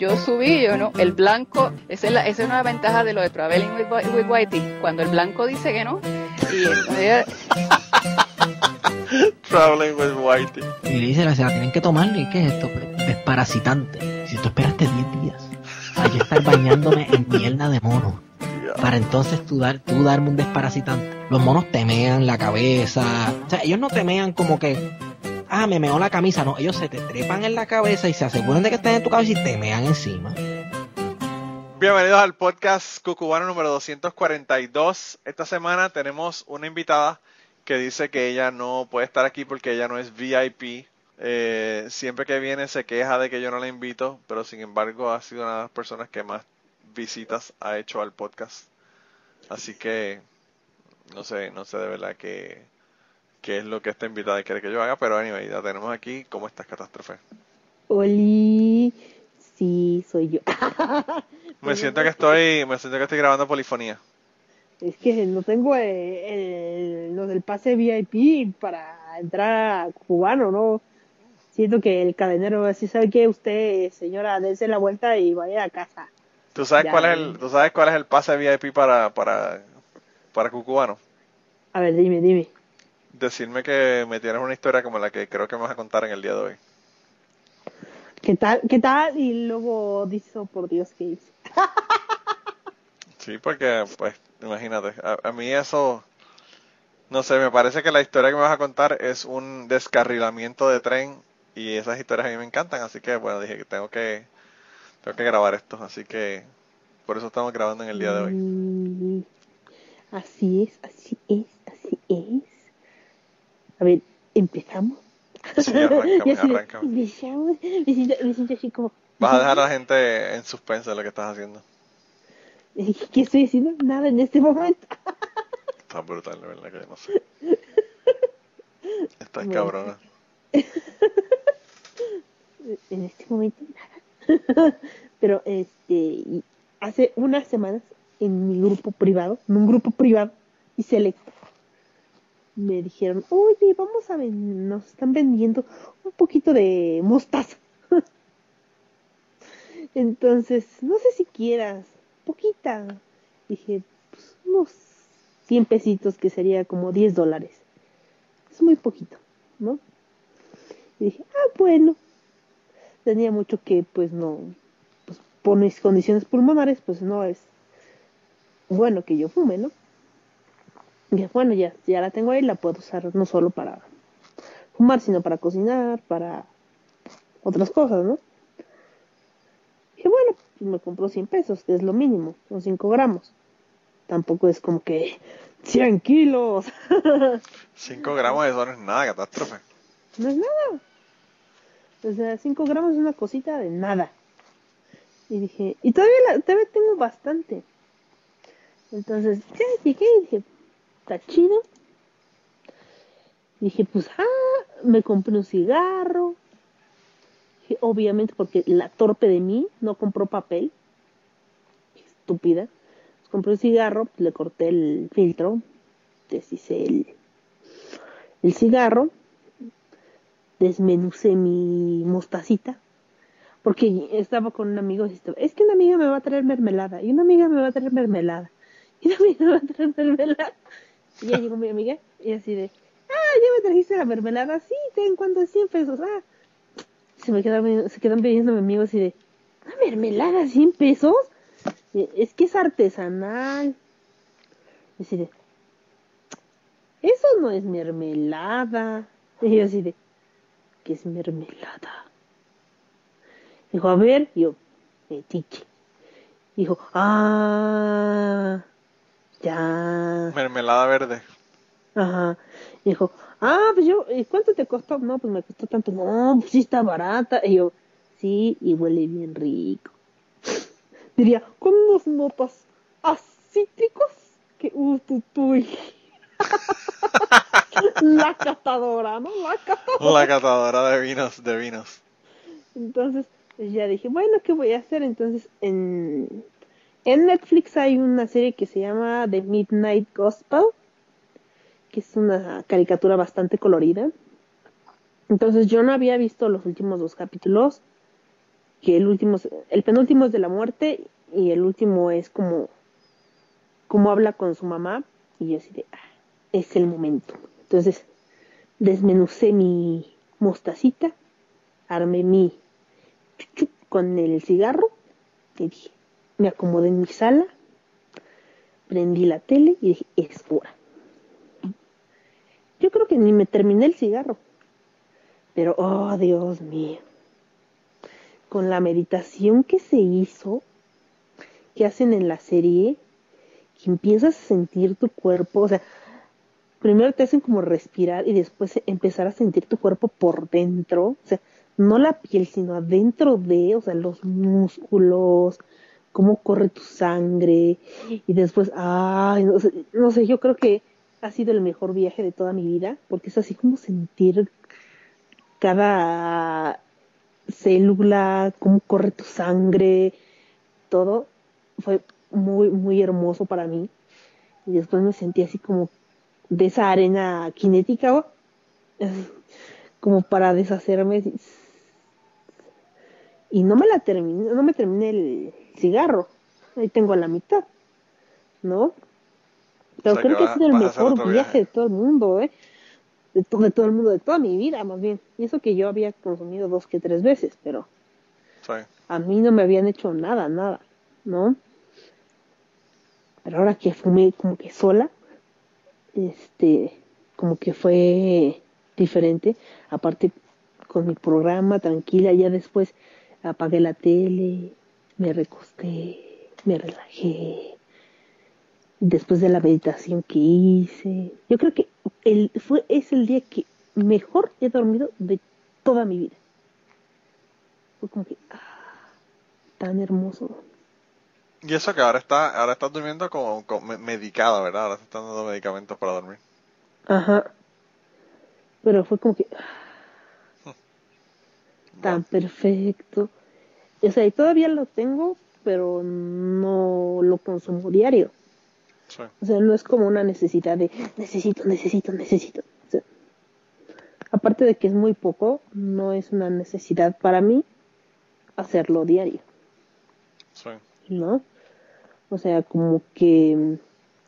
yo subí, yo no, el blanco, esa es una ventaja de lo de Traveling with Whitey, cuando el blanco dice que no, Traveling with Whitey. Y le dice, se la tienen que tomar, ¿y qué es esto? Desparasitante. Si tú esperaste 10 días, hay que estar bañándome en mierda de mono. Para entonces tú darme un desparasitante. Los monos temean la cabeza. O sea, ellos no temean como que, me meó la camisa. No, ellos se te trepan en la cabeza y se aseguran de que estén en tu cabeza y te mean encima. Bienvenidos al podcast Cucubano número 242. Esta semana tenemos una invitada que dice que ella no puede estar aquí porque ella no es VIP. Siempre que viene se queja de que yo no la invito, pero sin embargo ha sido una de las personas que más visitas ha hecho al podcast. Así que no sé de verdad qué es lo que esta invitada quiere que yo haga, pero anyway, la tenemos aquí. ¿Cómo estás, Catástrofe? Oli, sí, soy yo. Me siento que estoy grabando polifonía. Es que no tengo lo del pase VIP para entrar a Cubano, ¿no? Siento que el cadenero va a decir, ¿sabe qué? Usted, señora, dése la vuelta y vaya a casa. ¿Tú sabes cuál es el pase VIP para Cucubano? A ver, dime. Decirme que me tienes una historia como la que creo que me vas a contar en el día de hoy. ¿Qué tal? Y luego dice, oh, por Dios, ¿qué hice? Sí, porque, pues, imagínate, a mí eso, no sé, me parece que la historia que me vas a contar es un descarrilamiento de tren y esas historias a mí me encantan, así que, bueno, dije que tengo que grabar esto, así que por eso estamos grabando en el día de hoy. Así es. A ver, ¿empezamos? Sí, arráncame. Me siento así como... Vas a dejar a la gente en suspenso de lo que estás haciendo. ¿Qué estoy haciendo? Nada en este momento. Está brutal, de verdad que yo no sé. Estás cabrona. En este momento nada. Pero hace unas semanas en mi grupo privado, y selecto, me dijeron, oye, nos están vendiendo un poquito de mostaza. Entonces, no sé si quieras, poquita. Dije, pues unos 100 pesitos, que sería como $10. Es muy poquito, ¿no? Y dije, bueno. Tenía mucho que, pues no, pues por mis condiciones pulmonares, pues no es bueno que yo fume, ¿no? Y dije, bueno, ya la tengo ahí, la puedo usar no solo para fumar, sino para cocinar, para otras cosas, ¿no? Y bueno, pues me compró 100 pesos, que es lo mínimo, son 5 gramos. Tampoco es como que 100 kilos. 5 gramos de eso no es nada, Catástrofe. No es nada. O sea, 5 gramos es una cosita de nada. Y dije, y todavía tengo bastante. Entonces, ya llegué y dije, está chido. Dije, pues, me compré un cigarro. Dije, obviamente, porque la torpe de mí no compró papel. Estúpida. Pues compré un cigarro, le corté el filtro, deshice el cigarro, desmenucé mi mostacita. Porque estaba con un amigo, es que una amiga me va a traer mermelada, y una amiga me va a traer mermelada, y una amiga me va a traer mermelada. Y ya llegó mi amiga, y así de, ya me trajiste la mermelada, sí, ten, ¿cuánto? 100 pesos, se quedan pidiendo mi amigo así de, ¿una mermelada 100 pesos? Y, es que es artesanal. Y así de, eso no es mermelada. Y yo así de, ¿qué es mermelada? Dijo, a ver, yo, metiche. Dijo, ya. Mermelada verde. Ajá. Dijo, pues yo, ¿cuánto te costó? No, pues me costó tanto. No, pues sí está barata. Y yo, sí, y huele bien rico. Diría, con unos notas acítricos que uy. La catadora, ¿no? La catadora de vinos. Entonces, pues ya dije, bueno, ¿qué voy a hacer? Entonces, en Netflix hay una serie que se llama The Midnight Gospel, que es una caricatura bastante colorida. Entonces yo no había visto los últimos 2 capítulos que el penúltimo es de la muerte y el último es como habla con su mamá y yo así de, es el momento. Entonces desmenucé mi mostacita, armé mi chuchup con el cigarro y dije, me acomodé en mi sala, prendí la tele y dije, es hora. Yo creo que ni me terminé el cigarro, pero, oh Dios mío, con la meditación que se hizo, que hacen en la serie, que empiezas a sentir tu cuerpo, o sea, primero te hacen como respirar y después empezar a sentir tu cuerpo por dentro, o sea, no la piel, sino adentro de, o sea, los músculos, cómo corre tu sangre y después, ay, no sé, yo creo que ha sido el mejor viaje de toda mi vida, porque es así como sentir cada célula, cómo corre tu sangre, todo fue muy, muy hermoso para mí. Y después me sentí así como de esa arena cinética, ¿o? Como para deshacerme. Y no me terminé el cigarro. Ahí tengo la mitad, ¿no? O Pero sea que creo que ha sido el vas a hacer mejor otro viaje viaje. de todo el mundo, ¿eh? De todo el mundo, de toda mi vida, más bien. Y eso que yo había consumido 2 que 3 veces, pero Sí. a mí no me habían hecho nada, nada, ¿no? Pero ahora que fumé como que sola, como que fue diferente. Aparte, con mi programa, tranquila, ya después apagué la tele, me recosté, me relajé. Después de la meditación que hice, yo creo que es el día que mejor he dormido de toda mi vida. Fue como que, tan hermoso. Y eso que ahora estás durmiendo medicada, ¿verdad? Ahora te están dando medicamentos para dormir. Ajá, pero fue como que Wow. tan perfecto. O sea, y todavía lo tengo, pero no lo consumo diario. Sí, O sea, no es como una necesidad de necesito. O sea, aparte de que es muy poco, no es una necesidad para mí hacerlo diario, sí, ¿no? O sea, como que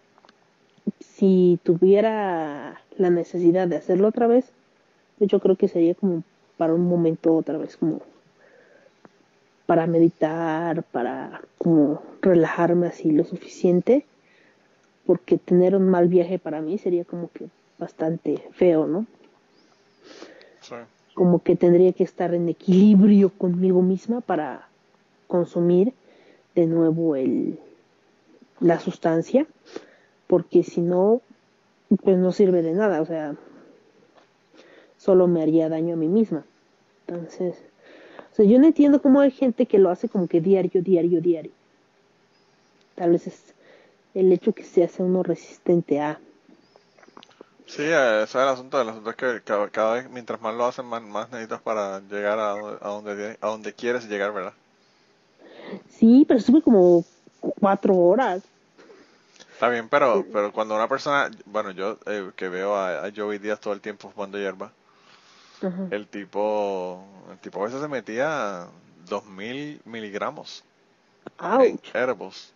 si tuviera la necesidad de hacerlo otra vez, pues yo creo que sería como para un momento otra vez, como para meditar, para como relajarme así lo suficiente, porque tener un mal viaje para mí sería como que bastante feo, ¿no? sí. Como que tendría que estar en equilibrio conmigo misma para consumir de nuevo la sustancia, porque si no, pues no sirve de nada, o sea, solo me haría daño a mí misma. Entonces, o sea, yo no entiendo cómo hay gente que lo hace como que diario. Tal vez es el hecho que se hace uno resistente a. Sí, ese es el asunto. El asunto es que cada vez, mientras más lo hacen, más necesitas para llegar a donde quieres llegar, ¿verdad? Sí, pero estuve como 4 horas. Está bien, pero cuando una persona, bueno, yo que veo a Joey Díaz todo el tiempo fumando hierba, Ajá. el tipo a veces se metía 2000 miligramos en Ouch. edibles.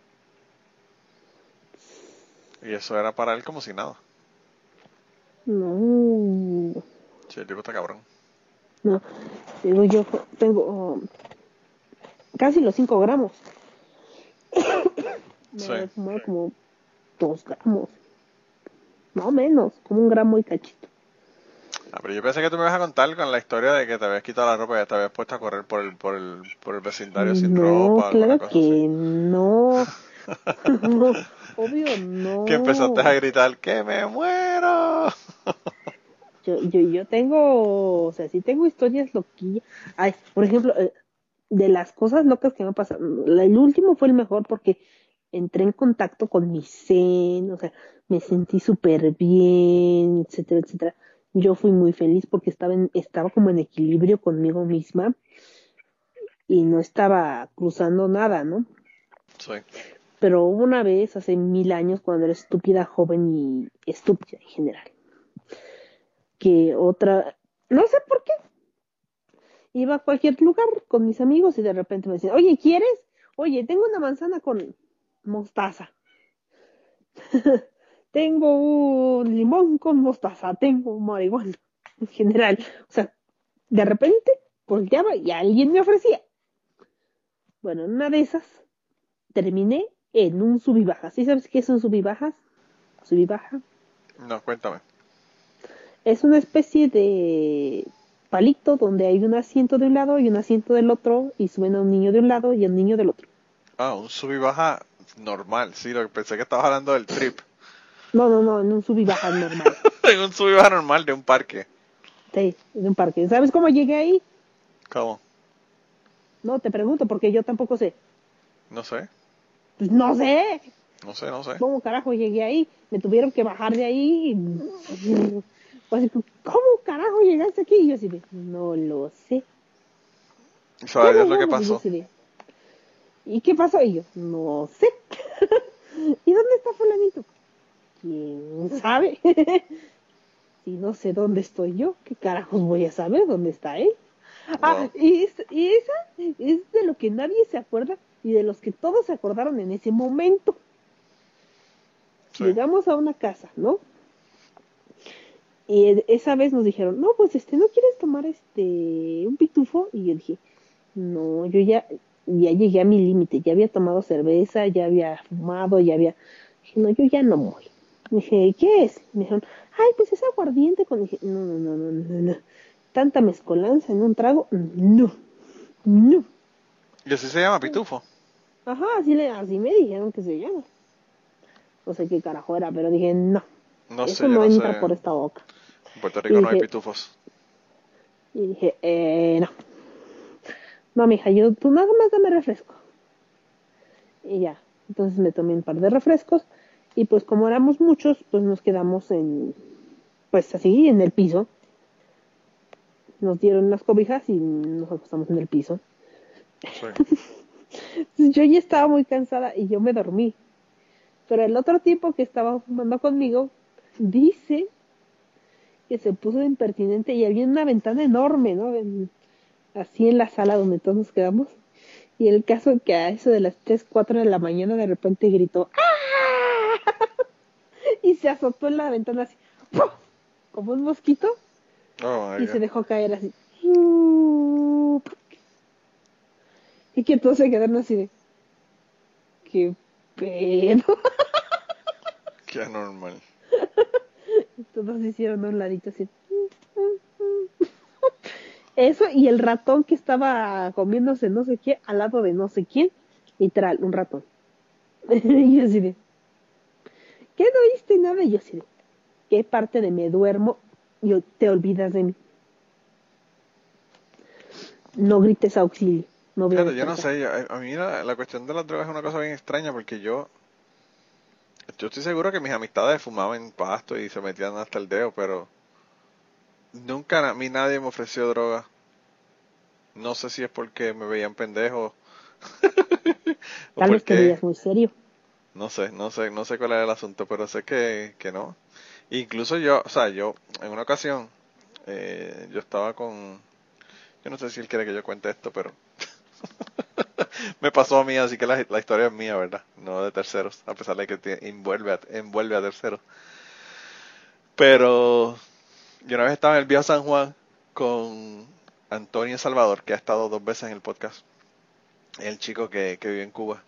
Y eso era para él como si nada. No, Sí, el tipo está cabrón. no. Digo, yo tengo casi los 5 gramos. Me Sí. he fumado como 2 gramos. No menos, como 1 gramo y cachito. Ah, pero yo pensé que tú me ibas a contar con la historia de que te habías quitado la ropa y ya te habías puesto a correr por el vecindario sin No, ropa, alguna claro cosa así. que no. No, obvio Que empezaste a no. gritar, ¡que me muero! Yo tengo, o sea, sí tengo historias loquillas. Ay, por ejemplo, de las cosas locas que me pasaron, el último fue el mejor porque entré en contacto con mi zen, o sea, me sentí súper bien, etcétera, etcétera. Yo fui muy feliz porque estaba como en equilibrio conmigo misma y no estaba cruzando nada, ¿no? Sí, Pero hubo una vez, hace 1000 años, cuando era estúpida, joven y estúpida en general, que otra, no sé por qué, iba a cualquier lugar con mis amigos y de repente me decían, oye, ¿quieres? Oye, tengo una manzana con mostaza. Tengo un limón con mostaza. Tengo un marihuana. En general. O sea, de repente volteaba y alguien me ofrecía. Bueno, en una de esas terminé en un sub y baja. ¿Sí sabes qué es un sub y bajas? Sub y baja. No, cuéntame. Es una especie de palito donde hay un asiento de un lado y un asiento del otro y suben a un niño de un lado y a un niño del otro. Ah, un sub y baja normal, sí, lo que pensé que estabas hablando del trip. No, en un sub y baja normal. En un sub y baja normal de un parque. Sí, en un parque. ¿Sabes cómo llegué ahí? ¿Cómo? No, te pregunto porque yo tampoco sé. No sé, Pues no sé. no sé, no sé. ¿Cómo carajo llegué ahí? Me tuvieron que bajar de ahí. Pues, ¿cómo carajo llegaste aquí? Y yo así de, no lo sé. Y sabe Dios lo que Y yo pasó. así de, ¿y qué pasó? Y yo, no sé. ¿Y dónde está fulanito? ¿Quién sabe? Si no sé dónde estoy yo, ¿qué carajos voy a saber dónde está él? Ah, Wow. y esa es de lo que nadie se acuerda y de los que todos se acordaron en ese momento. Sí. Llegamos a una casa, ¿no? Y esa vez nos dijeron, no, pues ¿no quieres tomar un pitufo? Y yo dije, no, ya llegué a mi límite, ya había tomado cerveza, ya había fumado, dije, no, yo ya no voy. Dije, ¿qué es? Me dijeron, ay, pues es aguardiente con, dije, no. Tanta mezcolanza en un trago, no. ¿Y así se llama pitufo? Ajá, así me dijeron que se llama. No sé qué carajo era, pero dije, no, No eso sé, yo no no sé. entra por esta boca. En Puerto Y Rico no hay dije, pitufos. no. No, mija, tú nada más dame refresco. Y ya. Entonces me tomé un par de refrescos. Y pues como éramos muchos, pues nos quedamos pues así, en el piso. Nos dieron las cobijas y nos acostamos en el piso. Sí. Entonces yo ya estaba muy cansada y yo me dormí. Pero el otro tipo que estaba fumando conmigo dice que se puso de impertinente y había una ventana enorme, ¿no? Así en la sala donde todos nos quedamos. Y el caso que a eso de las 3 4 de la mañana de repente gritó ¡ah! Y se azotó en la ventana así, ¡pum! Como un mosquito Oh my y se God. dejó caer así. Y que todos se quedaron así de, ¿qué pedo? Qué anormal. Y todos se hicieron a un ladito así. Eso y el ratón que estaba comiéndose no sé qué al lado de no sé quién, literal, un ratón. Y yo así de, ¿qué no viste nada? Y yo así de, ¿qué parte de me duermo? Yo, te olvidas de mí. No grites auxilio, no voy a Fíjate, yo no despertar. sé, a mí la cuestión de las drogas es una cosa bien extraña porque yo estoy seguro que mis amistades fumaban pasto y se metían hasta el dedo, pero nunca a mí nadie me ofreció droga. No sé si es porque me veían pendejo o Tal vez te porque, veías muy serio. no sé cuál es el asunto, pero sé que no. Incluso yo, o sea, yo en una ocasión, yo estaba yo no sé si él quiere que yo cuente esto, pero me pasó a mí, así que la historia es mía, ¿verdad? No de terceros, a pesar de que envuelve a terceros. Pero yo una vez estaba en el viejo San Juan con Antonio Salvador, que ha estado 2 veces en el podcast, el chico que vive en Cuba.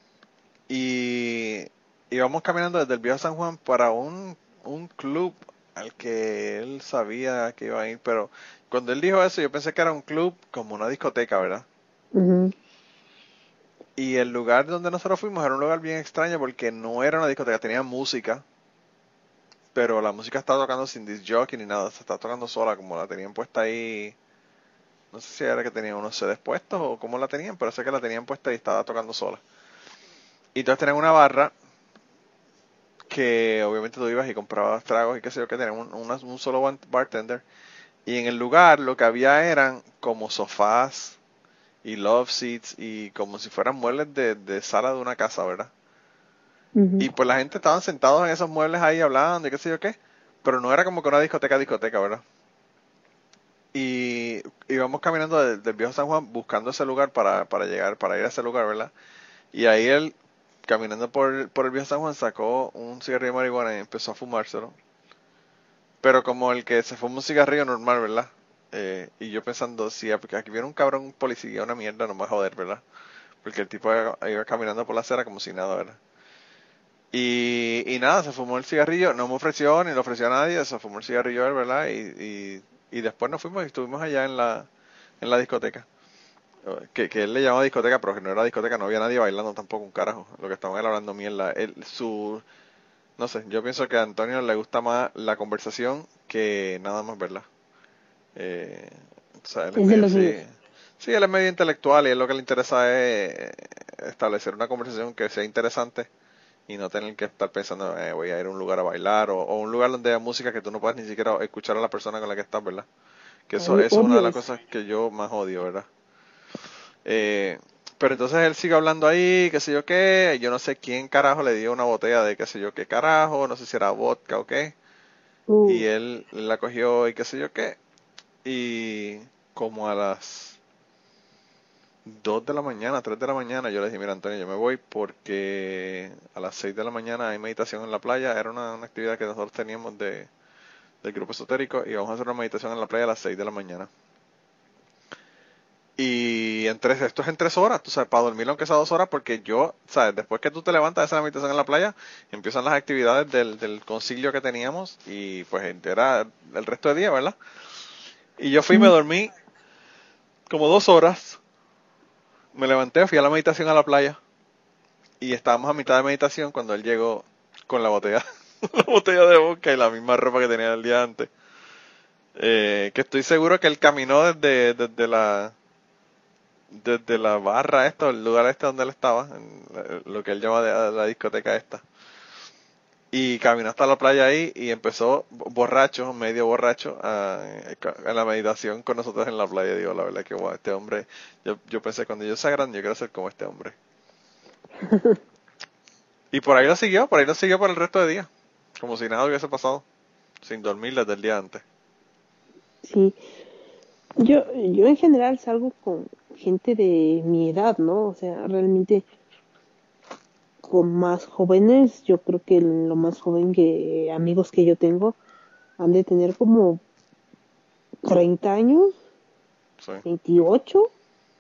Y íbamos caminando desde el viejo San Juan para un club al que él sabía que iba a ir, pero cuando él dijo eso yo pensé que era un club como una discoteca, ¿verdad? Uh-huh. Y el lugar donde nosotros fuimos era un lugar bien extraño porque no era una discoteca, tenía música, pero la música estaba tocando sin disc jockey ni nada, se estaba tocando sola, como la tenían puesta ahí. No sé si era que tenían unos CDs puestos o cómo la tenían, pero sé que la tenían puesta y estaba tocando sola. Y entonces tenían una barra que obviamente tú ibas y comprabas tragos y qué sé yo, que tenían un solo bartender. Y en el lugar lo que había eran como sofás y love seats y como si fueran muebles de sala de una casa, ¿verdad? Uh-huh. Y pues la gente estaban sentados en esos muebles ahí hablando y qué sé yo qué, pero no era como que una discoteca, ¿verdad? Y íbamos caminando del viejo San Juan buscando ese lugar para llegar, para ir a ese lugar, ¿verdad? Y ahí él, caminando por el viejo San Juan, sacó un cigarrillo de marihuana y empezó a fumárselo. Pero como el que se fuma un cigarrillo normal, ¿verdad? Y yo pensando, si aquí viene un cabrón, un policía, una mierda, no me va a joder, ¿verdad? Porque el tipo iba caminando por la acera como si nada, ¿verdad? Y nada, se fumó el cigarrillo, no me ofreció ni le ofreció a nadie, se fumó el cigarrillo él, ¿verdad? Y después nos fuimos y estuvimos allá en la discoteca. Que él le llamaba discoteca, pero que no era discoteca, no había nadie bailando tampoco, un carajo. Lo que estaban él hablando mierda. No sé, yo pienso que a Antonio le gusta más la conversación que nada más, ¿verdad? O sea, él es Es de medio los así. míos. Sí, él es medio intelectual y él lo que le interesa es establecer una conversación que sea interesante y no tener que estar pensando, voy a ir a un lugar a bailar o un lugar donde hay música que tú no puedes ni siquiera escuchar a la persona con la que estás, ¿verdad? Que eso Ay, es una de odio las eso. cosas que yo más odio, ¿verdad? Eh, pero entonces él sigue hablando ahí, qué sé yo qué, y yo no sé quién carajo le dio una botella de qué sé yo qué carajo, no sé si era vodka o qué, y Uh, él la cogió y qué sé yo qué, y como a las 2 de la mañana, 3 de la mañana, yo le dije, mira Antonio, yo me voy porque a las 6 de la mañana hay meditación en la playa, era una actividad que nosotros teníamos del grupo esotérico, y vamos a hacer una meditación en la playa a las 6 de la mañana. Y esto es en 3 horas, tú sabes, para dormir aunque sea 2 horas, porque yo, sabes, después que tú te levantas de esa meditación en la playa, empiezan las actividades del concilio que teníamos y pues era el resto del día, ¿verdad? Y yo fui y me mm, dormí como 2 horas, me levanté, fui a la meditación a la playa y estábamos a mitad de meditación cuando él llegó con la botella, la botella de vodka y la misma ropa que tenía el día antes. Que estoy seguro que él caminó desde la barra el lugar donde él estaba, lo que él llama de la discoteca esta. Y caminó hasta la playa ahí y empezó borracho, medio borracho, a la meditación con nosotros en la playa. Digo, la verdad que wow, este hombre, yo pensé, cuando yo sea grande, yo quiero ser como este hombre. Y por ahí lo siguió por el resto del día, como si nada hubiese pasado, sin dormir desde el día antes. sí. Yo en general salgo con gente de mi edad, ¿no? O sea, realmente con más jóvenes, yo creo que lo más joven que amigos que yo tengo han de tener como 30 años, Sí. 28,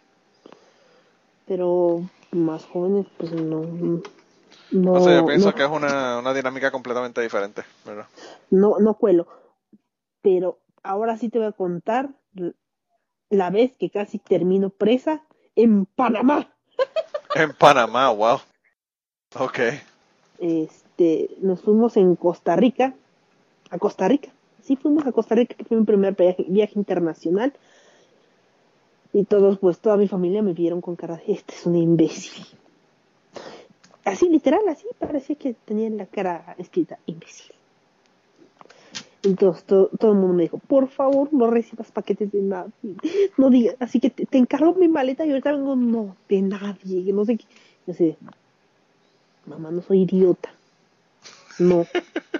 pero más jóvenes pues no, No sé, yo no, pienso no, que es una dinámica completamente diferente, ¿verdad? no cuelo. Pero ahora sí te voy a contar la vez que casi termino presa en Panamá. En Panamá, wow. Ok. Nos fuimos en Costa Rica, a Costa Rica. Sí, fuimos a Costa Rica, que fue mi primer viaje internacional. Y todos, pues toda mi familia me vieron con cara de, este es un imbécil. Así, literal, así, parecía que tenía en la cara escrita, imbécil. Entonces todo el mundo me dijo, por favor, no recibas paquetes de nadie. No digas, así que te encargo mi maleta y ahorita vengo, no, de nadie, no sé qué. Yo sé, mamá, no soy idiota. No.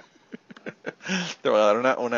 Te voy a dar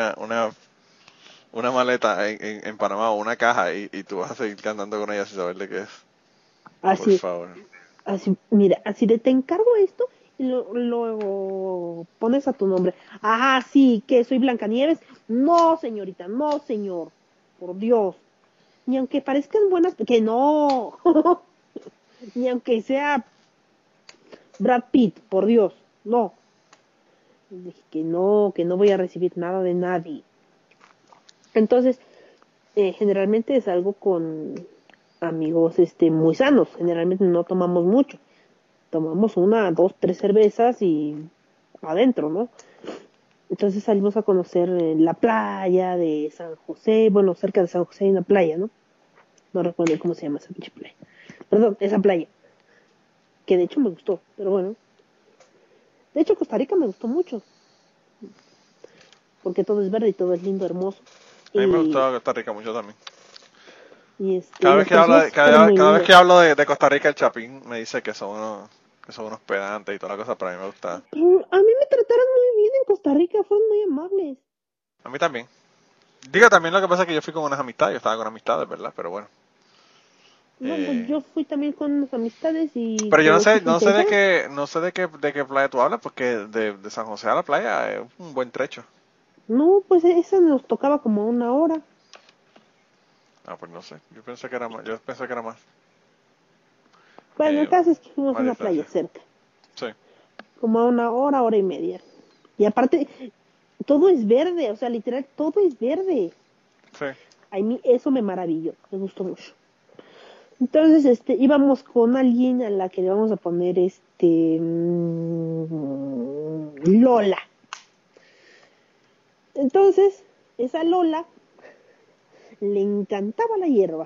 una maleta en Panamá o una caja y tú vas a seguir cantando con ella sin saber de qué es. Por Así, favor. así, mira, así de te encargo esto y luego pones a tu nombre. Ajá, sí, que soy Blancanieves. No, señorita, no, señor. Por Dios. Ni aunque parezcan buenas, que no. Ni aunque sea Brad Pitt, por Dios. No. Dije que no voy a recibir nada de nadie. Entonces, generalmente salgo con amigos muy sanos. Generalmente no tomamos mucho. Tomamos una, dos, tres cervezas y adentro, ¿no? Entonces salimos a conocer la playa de San José, bueno, cerca de San José hay una playa, ¿no? No recuerdo cómo se llama esa pinche playa. Perdón, esa playa, que de hecho me gustó, pero bueno. De hecho, Costa Rica me gustó mucho, porque todo es verde y todo es lindo, hermoso. A mí me Y, gustaba Costa Rica mucho también. y las personas fueron muy Cada vez lindas. que hablo de Costa Rica, el Chapín me dice que son unos pedantes y toda la cosa, pero a mí me gusta. Pero a mí me trataron muy bien en Costa Rica, fueron muy amables. A mí también. Digo, también lo que pasa es que yo fui con unas amistades, yo estaba con amistades, ¿verdad? Pero bueno. No, pues yo fui también con unas amistades y Pero yo conocí no gente sé allá. no sé de qué playa tú hablas, porque de San José a la playa es un buen trecho. No, pues esa nos tocaba como 1 hora. Ah, pues no sé, yo pensé que era más, yo pensé que era más, Bueno, el caso es que fuimos a más una playa distancia. cerca, Sí, como a 1 hora, hora y media. Y aparte, todo es verde, o sea, literal, todo es verde. sí, Eso me maravilló, me gustó mucho. Entonces, íbamos con alguien a la que le vamos a poner Lola. Entonces, esa Lola le encantaba la hierba.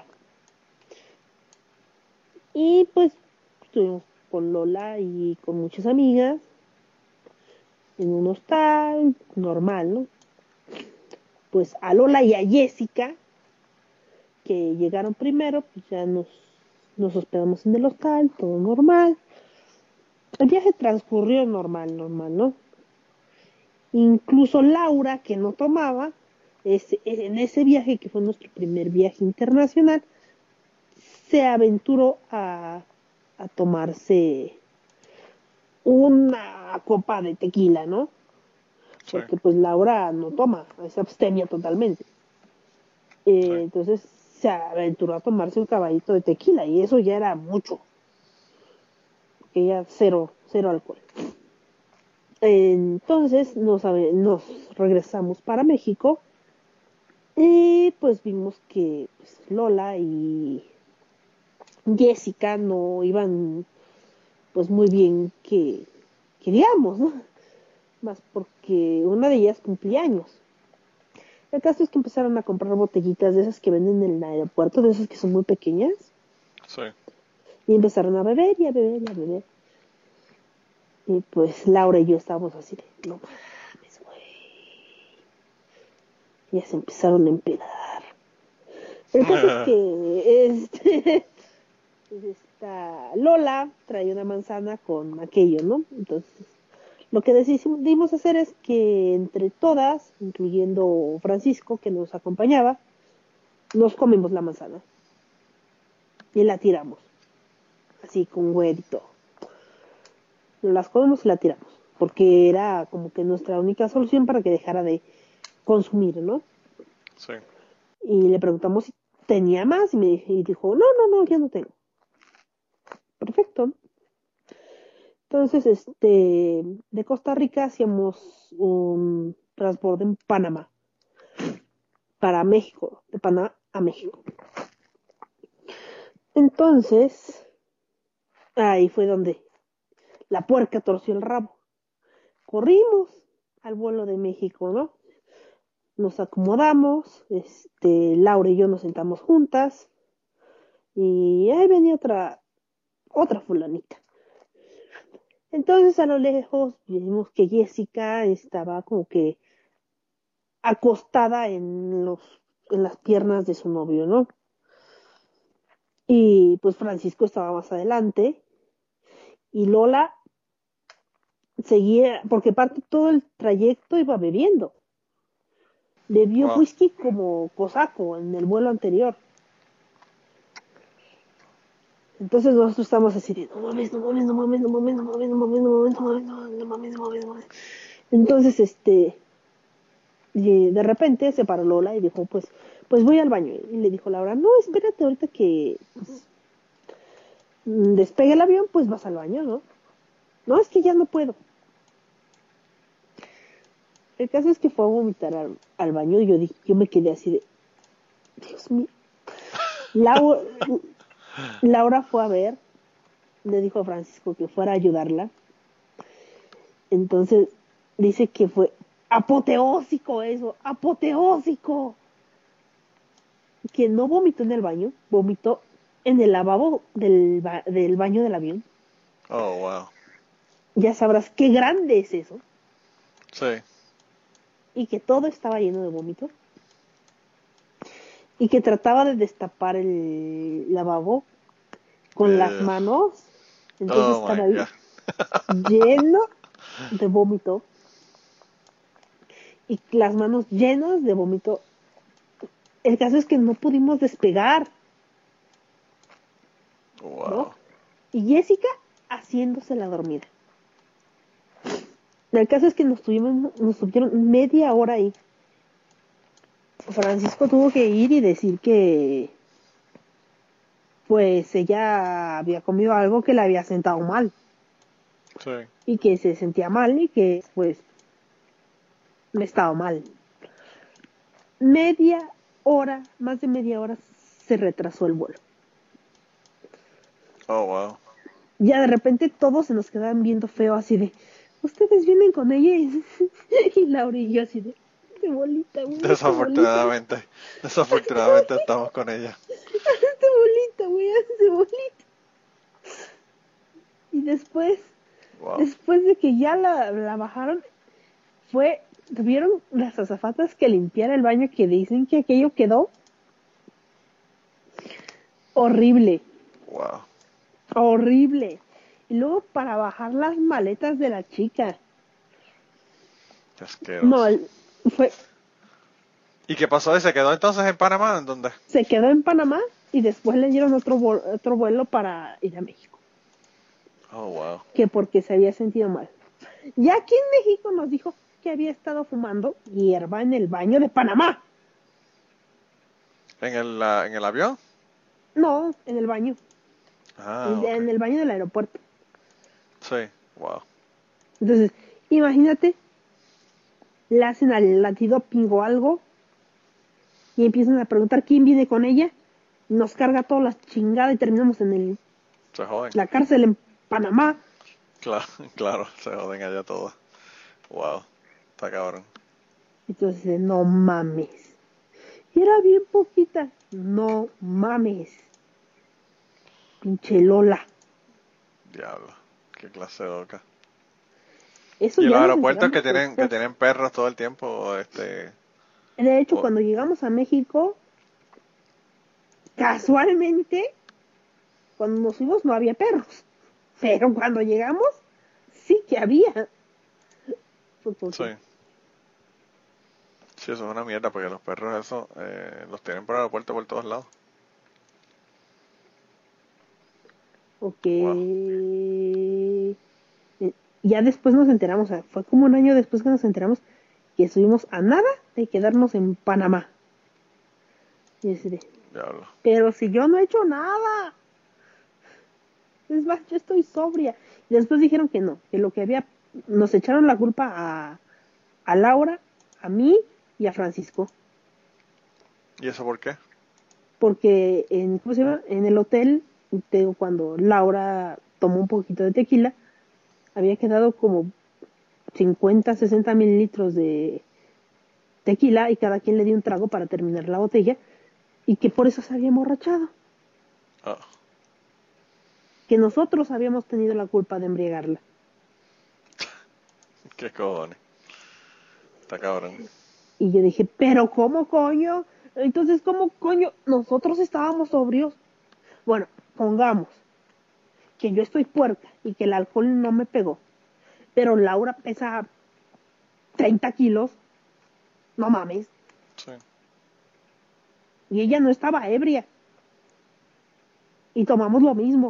Y pues estuvimos con Lola y con muchas amigas en un hostal normal, ¿no? Pues a Lola y a Jessica, que llegaron primero, pues ya nos hospedamos en el hostal, todo normal. El viaje transcurrió normal, ¿no? Incluso Laura, que no tomaba, en ese viaje, que fue nuestro primer viaje internacional, se aventuró a tomarse una copa de tequila, ¿no? sí, Porque pues Laura no toma, es abstemia totalmente. sí. Entonces se aventuró a tomarse un caballito de tequila y eso ya era mucho, porque ya cero alcohol. Entonces nos regresamos para México y pues vimos que pues, Lola y Jessica no iban pues muy bien que digamos, ¿no? Más porque una de ellas cumplía años. El caso es que empezaron a comprar botellitas de esas que venden en el aeropuerto, de esas que son muy pequeñas, Sí. y empezaron a beber y a beber y a beber. Y pues Laura y yo estábamos así de, no mames, güey. Ya se empezaron a empedar. El caso es que esta Lola trae una manzana con aquello, ¿no? Entonces, lo que decidimos hacer es que entre todas, incluyendo Francisco, que nos acompañaba, nos comimos la manzana y la tiramos, así con huevito. Las comemos y la tiramos, porque era como que nuestra única solución para que dejara de consumir, ¿no? Sí. Y le preguntamos si tenía más y dijo, no, ya no tengo. Perfecto. Entonces, de Costa Rica hacíamos un transbordo en Panamá para México, de Panamá a México. Entonces, ahí fue donde la puerca torció el rabo. Corrimos al vuelo de México, ¿no? Nos acomodamos, Laura y yo nos sentamos juntas y ahí venía otra fulanita. Entonces a lo lejos vimos que Jessica estaba como que acostada en las piernas de su novio, ¿no? Y pues Francisco estaba más adelante y Lola seguía, porque parte todo el trayecto iba bebiendo. Bebió Wow. whisky como cosaco en el vuelo anterior. Entonces nosotros estamos así de, no mames, no mames, no mames, no mames, no mames, no mames, no mames, no mames, no mames, no mames, no mames. Entonces, y de repente se paró Lola y dijo, pues voy al baño. Y le dijo Laura, no, espérate ahorita que pues, despegue el avión, pues vas al baño, ¿no? No, es que ya no puedo. El caso es que fue a vomitar al baño y yo me quedé así de, Dios mío. Laura, Laura fue a ver, le dijo a Francisco que fuera a ayudarla. Entonces dice que fue apoteósico eso, apoteósico. Que no vomitó en el baño, vomitó en el lavabo del baño del avión. Oh, wow. Ya sabrás qué grande es eso. Sí. Y que todo estaba lleno de vómito. Y que trataba de destapar el lavabo con las Ugh. manos. Entonces Oh my estaba ahí God. lleno de vómito. Y las manos llenas de vómito El caso es que no pudimos despegar, Wow. ¿no? Y Jessica haciéndose la dormida. El caso es que nos tuvieron media hora ahí. Francisco tuvo que ir y decir que pues ella había comido algo que le había sentado mal Sí. y que se sentía mal y que pues me estaba mal. Más de media hora se retrasó el vuelo. Oh, wow. Ya de repente todos se nos quedaban viendo feo así de, ustedes vienen con ella y Laura y yo así de bolita, güey, Desafortunadamente estamos con ella. hazte bolita, güey, hazte bolita. Y después Wow. de que ya la bajaron, tuvieron las azafatas que limpiar el baño, que dicen que aquello quedó horrible, Wow. horrible. Y luego para bajar las maletas de la chica. Qué asqueroso. No, ¿Y qué pasó? ¿Y se quedó entonces en Panamá? ¿En dónde? se quedó en Panamá y después le dieron otro vuelo para ir a México. Oh, wow. Que porque se había sentido mal. Ya aquí en México nos dijo que había estado fumando hierba en el baño de Panamá. ¿En el avión? No, en el baño. Ah, En ok. el baño del aeropuerto. Sí, wow. Entonces, imagínate, le hacen al antidoping o algo y empiezan a preguntar quién viene con ella. Nos carga toda la chingada y terminamos en Se joden. la cárcel en Panamá. Claro, claro, se joden allá todos. Wow. Está cabrón. Entonces, no mames. Y era bien poquita. No mames. Pinche Lola. Diablo. Qué clase de loca. Eso ¿Y en ya los nos aeropuertos que enteramos que después. tienen perros todo el tiempo? De hecho, Oh. cuando llegamos a México, casualmente, cuando nos fuimos no había perros. Pero cuando llegamos, sí que había. Pues Sí. porque Sí, eso es una mierda porque los perros eso los tienen por el aeropuerto por todos lados. ya después nos enteramos, o sea, fue como un año después que nos enteramos que estuvimos a nada de quedarnos en Panamá. Y así de, Diablo. pero si yo no he hecho nada. Es más, yo estoy sobria. Y después dijeron que no, que lo que había, nos echaron la culpa a Laura, a mí y a Francisco. ¿Y eso por qué? Porque ¿cómo se llama? En el hotel, cuando Laura tomó un poquito de tequila, había quedado como 50, 60 mililitros de tequila y cada quien le dio un trago para terminar la botella y que por eso se había emborrachado. Oh, Que nosotros habíamos tenido la culpa de embriagarla. qué cojones. Está cabrón. Y yo dije, pero ¿cómo coño? Entonces, ¿cómo coño? Nosotros estábamos sobrios. Bueno, pongamos que yo estoy puerca y que el alcohol no me pegó. Pero Laura pesa 30 kilos. No mames. Sí. Y ella no estaba ebria. Y tomamos lo mismo.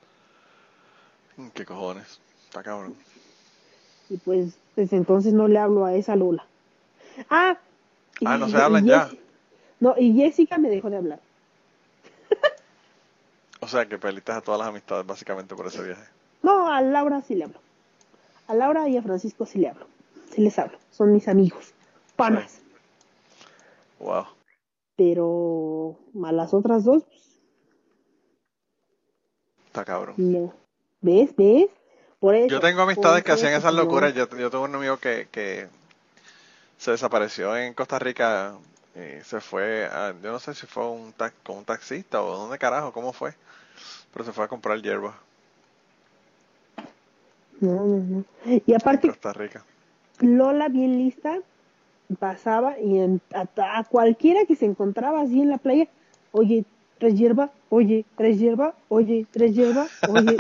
¿Qué cojones? Está cabrón. Y pues, desde entonces no le hablo a esa Lola. Ah, No se hablan ya. No, y Jessica me dejó de hablar. O sea que perdiste a todas las amistades básicamente por ese viaje. No, a Laura sí le hablo. A Laura y a Francisco sí le hablo. Sí les hablo. Son mis amigos. Panas. Sí. Wow. Pero a las otras dos, Está cabrón. no. ¿Ves? Por eso. Yo tengo amistades que por hacían eso, esas no. locuras. Yo tuve un amigo que se desapareció en Costa Rica y se fue yo no sé si fue con un taxista o dónde carajo, cómo fue, pero se fue a comprar hierba No. Y en aparte, Costa Rica. Lola, bien lista, pasaba y a cualquiera que se encontraba así en la playa, oye, ¿tres hierba? Oye, ¿tres hierba? Oye, ¿tres hierba? Oye,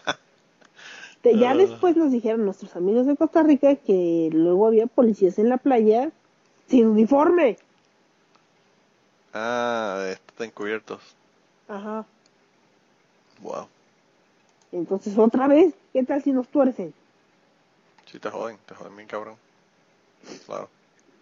ya después nos dijeron nuestros amigos de Costa Rica que luego había policías en la playa sin uniforme. Ah, está encubiertos. Ajá. Wow. Entonces otra vez, ¿qué tal si nos tuercen? Sí, te joden bien cabrón. Claro.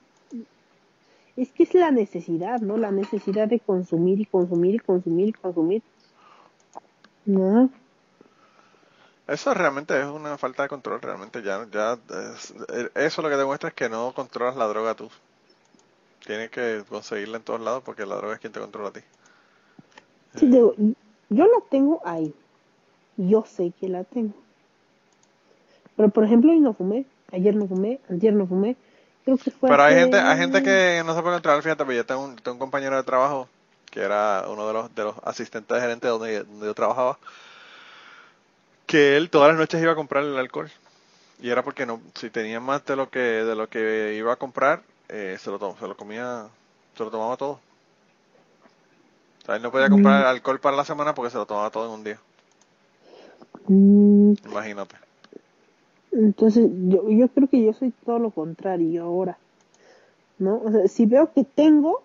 Es que es la necesidad, ¿no? La necesidad de consumir y consumir y consumir y consumir. No. Eso realmente es una falta de control, realmente eso lo que demuestra es que no controlas la droga tú. Tienes que conseguirla en todos lados porque la droga es quien te controla a ti. Sí, digo, yo la tengo ahí. Yo sé que la tengo. Pero por ejemplo, hoy no fumé. Ayer no fumé. Antier no fumé. Creo que fue Pero hace... hay gente que no se puede controlar, fíjate, pero yo tengo un compañero de trabajo que era uno de los asistentes de gerente donde yo trabajaba, que él todas las noches iba a comprar el alcohol. Y era porque no, si tenía más de lo que iba a comprar, se lo comía, se lo tomaba todo. O sea, él no podía comprar Mm, el alcohol para la semana porque se lo tomaba todo en un día. mm, Imagínate. entonces, yo creo que yo soy todo lo contrario ahora, ¿no? O sea, si veo que tengo,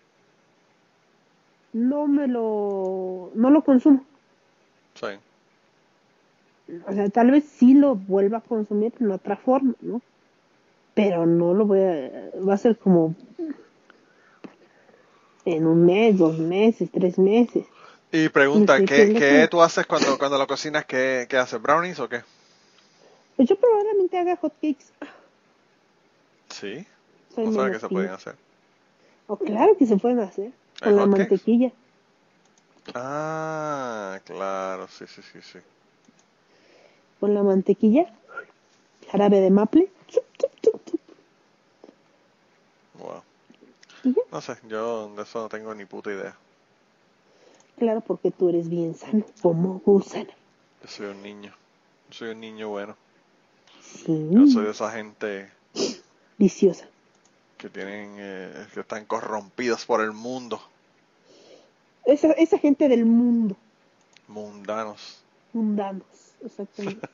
no lo consumo. Sí. O sea, tal vez sí lo vuelva a consumir en otra forma, ¿no? Pero no lo va a ser como en un mes, 2 meses, 3 meses. Y Y pregunta, estoy pidiendo ¿qué como, tú haces cuando lo cocinas? ¿Qué haces? ¿Brownies o qué? pues yo probablemente haga hotcakes. Sí. Soy No sabía menos que se que yo. podían hacer. O claro que se pueden hacer ¿Hay con la hotcakes? mantequilla. Ah, claro, sí, sí, sí, sí. Con la mantequilla, jarabe de maple, chup, chup, chup, chup, Wow. y ya. No sé, yo de eso no tengo ni puta idea. Claro, porque tú eres bien sano, como gusano. Yo soy un niño. Yo soy un niño bueno. Yo no soy Sí, de esa gente viciosa. que están corrompidos por el mundo. Esa gente del mundo, Mundanos. mundanos, exactamente.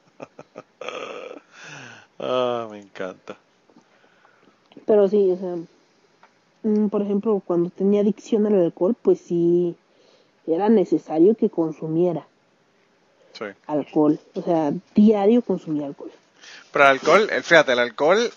Ah, me encanta. Pero sí, o sea, por ejemplo, cuando tenía adicción al alcohol, pues sí, era necesario que consumiera Sí. alcohol. O sea, diario consumía alcohol. Pero el alcohol, fíjate, el alcohol,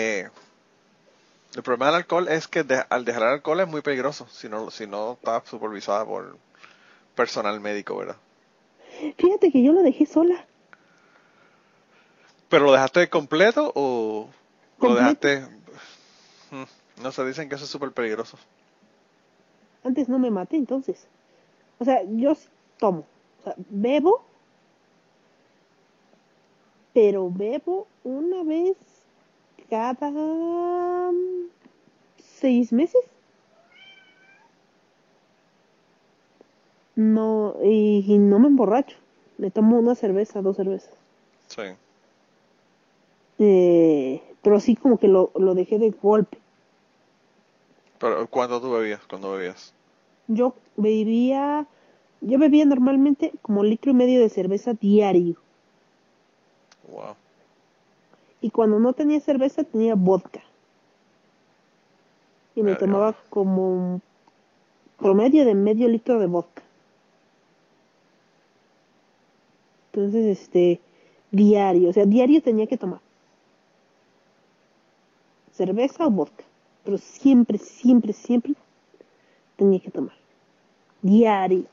el problema del alcohol es que al dejar el alcohol es muy peligroso si no está supervisada por personal médico, ¿verdad? Fíjate que yo lo dejé sola, ¿Pero lo dejaste completo o lo completo. dejaste? No sé, dicen que eso es súper peligroso. Antes no me maté, entonces. O sea, yo sí tomo. O sea, bebo, pero bebo una vez cada 6 meses. No, y no me emborracho. Me tomo una cerveza, 2 cervezas. Sí. Pero sí como que lo dejé de golpe. Pero ¿cuánto tú bebías cuando bebías? Yo bebía, yo bebía normalmente como 1,5 litros de cerveza diario. Wow. Y cuando no tenía cerveza tenía vodka. Y me Mira, tomaba diablo. como un promedio de medio litro de vodka. Entonces, diario, o sea, diario tenía que tomar cerveza o vodka. Pero siempre, siempre, siempre tenía que tomar. Diario.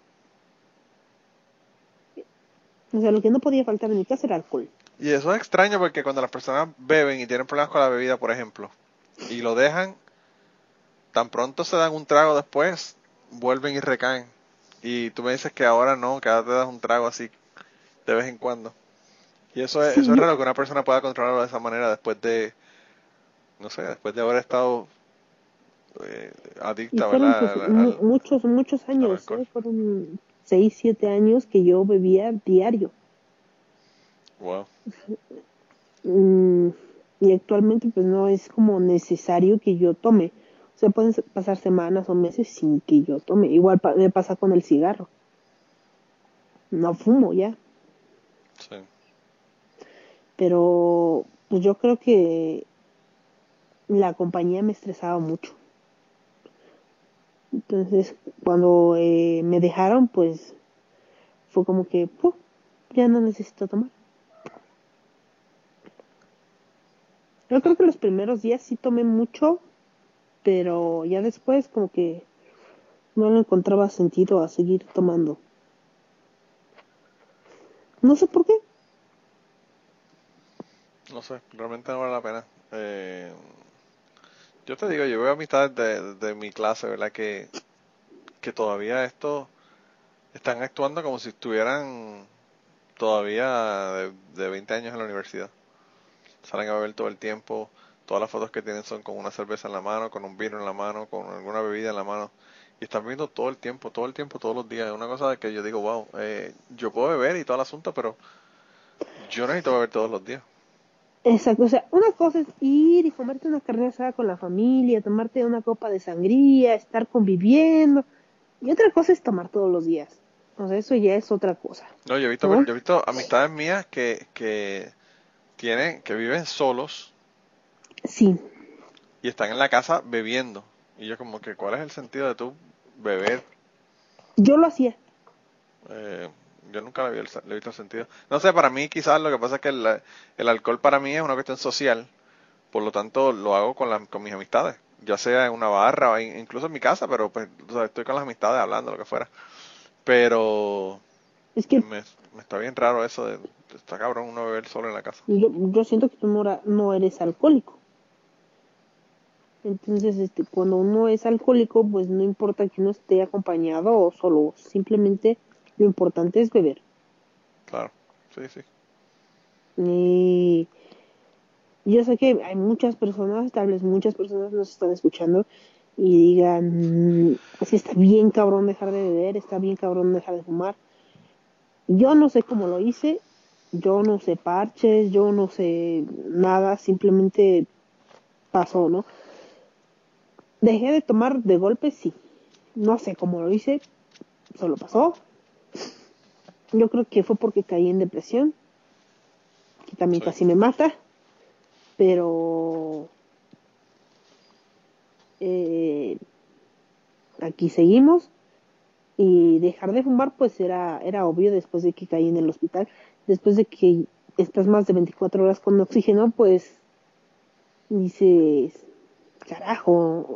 O sea, lo que no podía faltar en mi casa era alcohol. Y eso es extraño porque cuando las personas beben y tienen problemas con la bebida, por ejemplo, y lo dejan, tan pronto se dan un trago después, vuelven y recaen. Y tú me dices que ahora no, que ahora te das un trago así de vez en cuando. Y eso Sí, es raro que una persona pueda controlarlo de esa manera después de, no sé, después de haber estado y adicta, fueron ¿verdad? pues muchos, muchos Al años, alcohol. fueron 6, 7 años que yo bebía diario. Wow. Mm, y actualmente pues no es como necesario que yo tome. O sea, pueden pasar semanas o meses sin que yo tome. Igual me pasa con el cigarro. No fumo ya, Sí. pero pues yo creo que la compañía me estresaba mucho. Entonces, cuando me dejaron, pues fue como que, ¡puf! Ya no necesito tomar. Yo creo que los primeros días sí tomé mucho, pero ya después como que no le encontraba sentido a seguir tomando. No sé por qué. No sé, realmente no vale la pena. Yo te digo, yo veo amistades de mi clase, ¿verdad? Que todavía están actuando como si estuvieran todavía de 20 años en la universidad. Salen a beber todo el tiempo, todas las fotos que tienen son con una cerveza en la mano, con un vino en la mano, con alguna bebida en la mano. Y están viendo todo el tiempo, todos los días. Es una cosa de que yo digo, wow, yo puedo beber y todo el asunto, pero yo necesito beber todos los días. Exacto, o sea, una cosa es ir y comerte una carne asada con la familia, tomarte una copa de sangría, estar conviviendo, y otra cosa es tomar todos los días. O sea, eso ya es otra cosa, No, ¿no? yo he visto amistades mías que viven solos Sí, y están en la casa bebiendo. Y yo como que, ¿cuál es el sentido de tú beber? yo lo hacía. Eh, yo nunca le he visto el sentido. No sé, para mí quizás lo que pasa es que el alcohol para mí es una cuestión social, por lo tanto lo hago con mis amistades, ya sea en una barra o incluso en mi casa, pero pues o sea, estoy con las amistades hablando, lo que fuera. Pero Es que me, me está bien raro eso está cabrón uno beber solo en la casa. yo siento que tú no eres alcohólico. Entonces, cuando uno es alcohólico, pues no importa que uno esté acompañado o solo, simplemente lo importante es beber. Claro, sí, sí. Y yo sé que hay muchas personas, tal vez muchas personas nos están escuchando y digan, es que está bien cabrón dejar de beber, está bien cabrón dejar de fumar. Yo no sé cómo lo hice, yo no sé parches, yo no sé nada, simplemente pasó, ¿no? Dejé de tomar de golpe, sí. No sé cómo lo hice, solo pasó. Yo creo que fue porque caí en depresión, que también Sí, casi me mata, pero eh, aquí seguimos. Y dejar de fumar pues era obvio después de que caí en el hospital, después de que estás más de 24 horas con oxígeno, pues dices, carajo,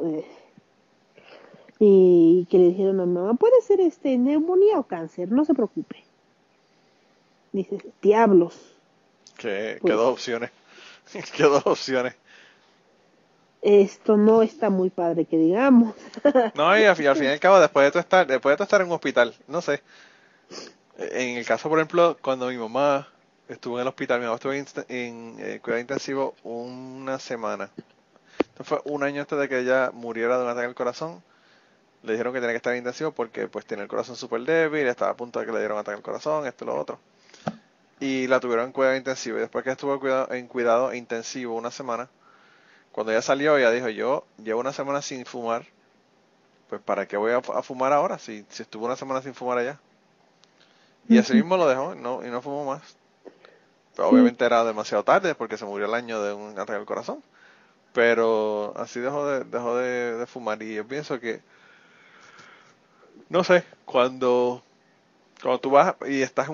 y que le dijeron a mi mamá, puede ser neumonía o cáncer, no se preocupe. Dices, diablos, que pues dos opciones, que dos opciones. esto no está muy padre que digamos. No, y al fin y al cabo, después de tú estar en un hospital, no sé. En el caso, por ejemplo, cuando mi mamá estuvo en el hospital, mi mamá estuvo en cuidado intensivo una semana. Esto fue un año antes de que ella muriera de un ataque al corazón. Le dijeron que tenía que estar en intensivo porque pues tenía el corazón súper débil, estaba a punto de que le dieran un ataque al corazón, esto y lo otro. Y la tuvieron en cuidado intensivo. Y después que estuvo en cuidado intensivo una semana, cuando ella salió, ella dijo, yo llevo una semana sin fumar, pues ¿para qué voy a fumar ahora si estuvo una semana sin fumar allá? Y así mismo lo dejó y no fumó más. Pero Sí, obviamente era demasiado tarde porque se murió el año de un ataque al corazón. Pero así dejó de fumar. Y yo pienso que, no sé, cuando tú vas y estás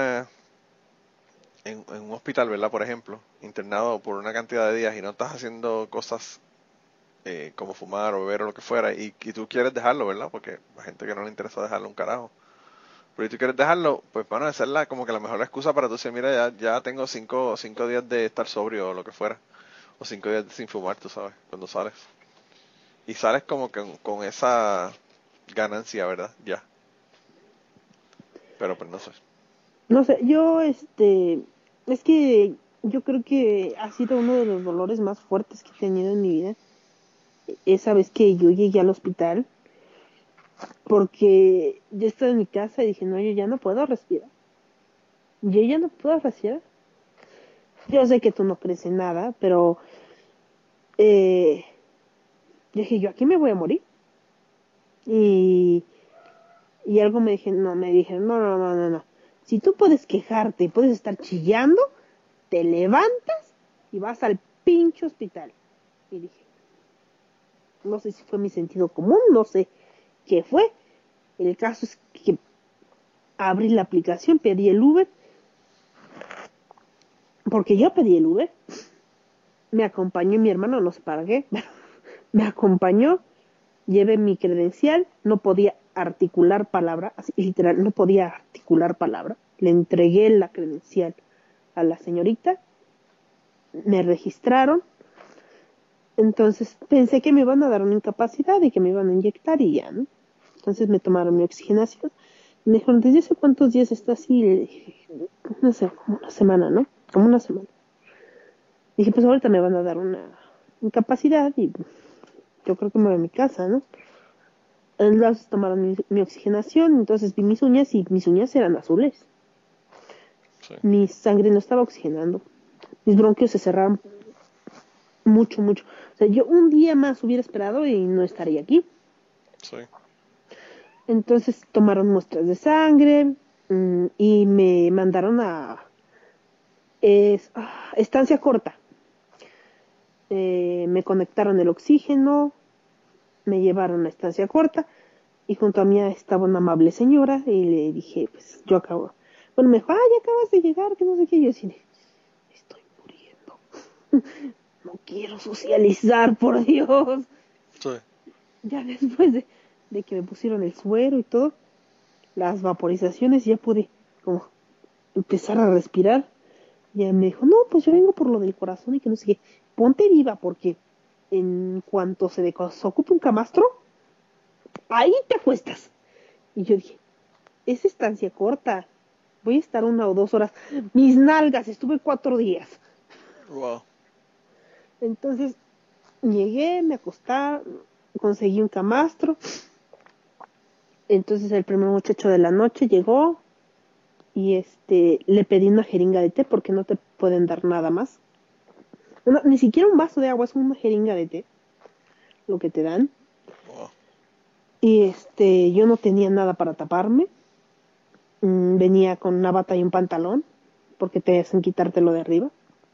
en un hospital, ¿verdad? Por ejemplo, internado por una cantidad de días y no estás haciendo cosas como fumar o beber o lo que fuera y tú quieres dejarlo, ¿verdad? Porque hay gente que no le interesa dejarlo un carajo. Pero si tú quieres dejarlo, pues bueno, esa es como que la mejor excusa para tú decir, mira, ya tengo cinco días de estar sobrio o lo que fuera. O 5 días sin fumar, tú sabes, cuando sales. Y sales como que con esa ganancia, ¿verdad? Ya. Pero pues no sé. no sé, es que yo creo que ha sido uno de los dolores más fuertes que he tenido en mi vida. Esa vez que yo llegué al hospital, porque yo estaba en mi casa y dije, no, yo ya no puedo respirar. Yo ya no puedo respirar. Yo sé que tú no crees en nada, pero eh, yo dije, yo aquí me voy a morir. Y, y algo me dijeron, no, no, no, no, no. Si tú puedes quejarte y puedes estar chillando, te levantas y vas al pinche hospital. Y dije, no sé si fue mi sentido común, no sé qué fue. El caso es que abrí la aplicación, pedí el Uber, porque yo pedí el Uber. Me acompañó mi hermano, no sé para qué, me acompañó, llevé mi credencial, no podía articular palabra, así literal, no podía articular palabra. Le entregué la credencial a la señorita, me registraron, entonces pensé que me iban a dar una incapacidad y que me iban a inyectar y ya, ¿no? Entonces me tomaron mi oxigenación. Me dijeron, ¿desde hace cuántos días está así? Le dije, no sé, como una semana, ¿no? Como una semana. Dije, pues ahorita me van a dar una incapacidad y yo creo que me voy a mi casa, ¿no? Entonces tomaron mi oxigenación, entonces vi mis uñas y mis uñas eran azules. Sí. Mi sangre no estaba oxigenando. Mis bronquios se cerraron mucho, mucho. O sea, yo un día más hubiera esperado y no estaría aquí. Sí. Entonces tomaron muestras de sangre y me mandaron a estancia corta. Me conectaron el oxígeno, me llevaron a estancia corta y junto a mí estaba una amable señora y le dije, pues yo acabo. Bueno, me dijo, ya acabas de llegar, que no sé qué. Yo decía, estoy muriendo. No quiero socializar, por Dios. Sí. Ya después de que me pusieron el suero y todo, las vaporizaciones, ya pude como empezar a respirar. Ya me dijo, no, pues yo vengo por lo del corazón y que no sé qué. Ponte viva porque en cuanto se desocupe un camastro, ahí te acuestas. Y yo dije, es estancia corta. Voy a estar 1 o 2 horas. Mis nalgas, estuve 4 días. Wow. Entonces, llegué, me acosté, conseguí un camastro. Entonces el primer muchacho de la noche llegó y le pedí una jeringa de té porque no te pueden dar nada más. No, ni siquiera un vaso de agua, es una jeringa de té lo que te dan. Wow. Y yo no tenía nada para taparme. Venía con una bata y un pantalón porque te hacen quitártelo de arriba.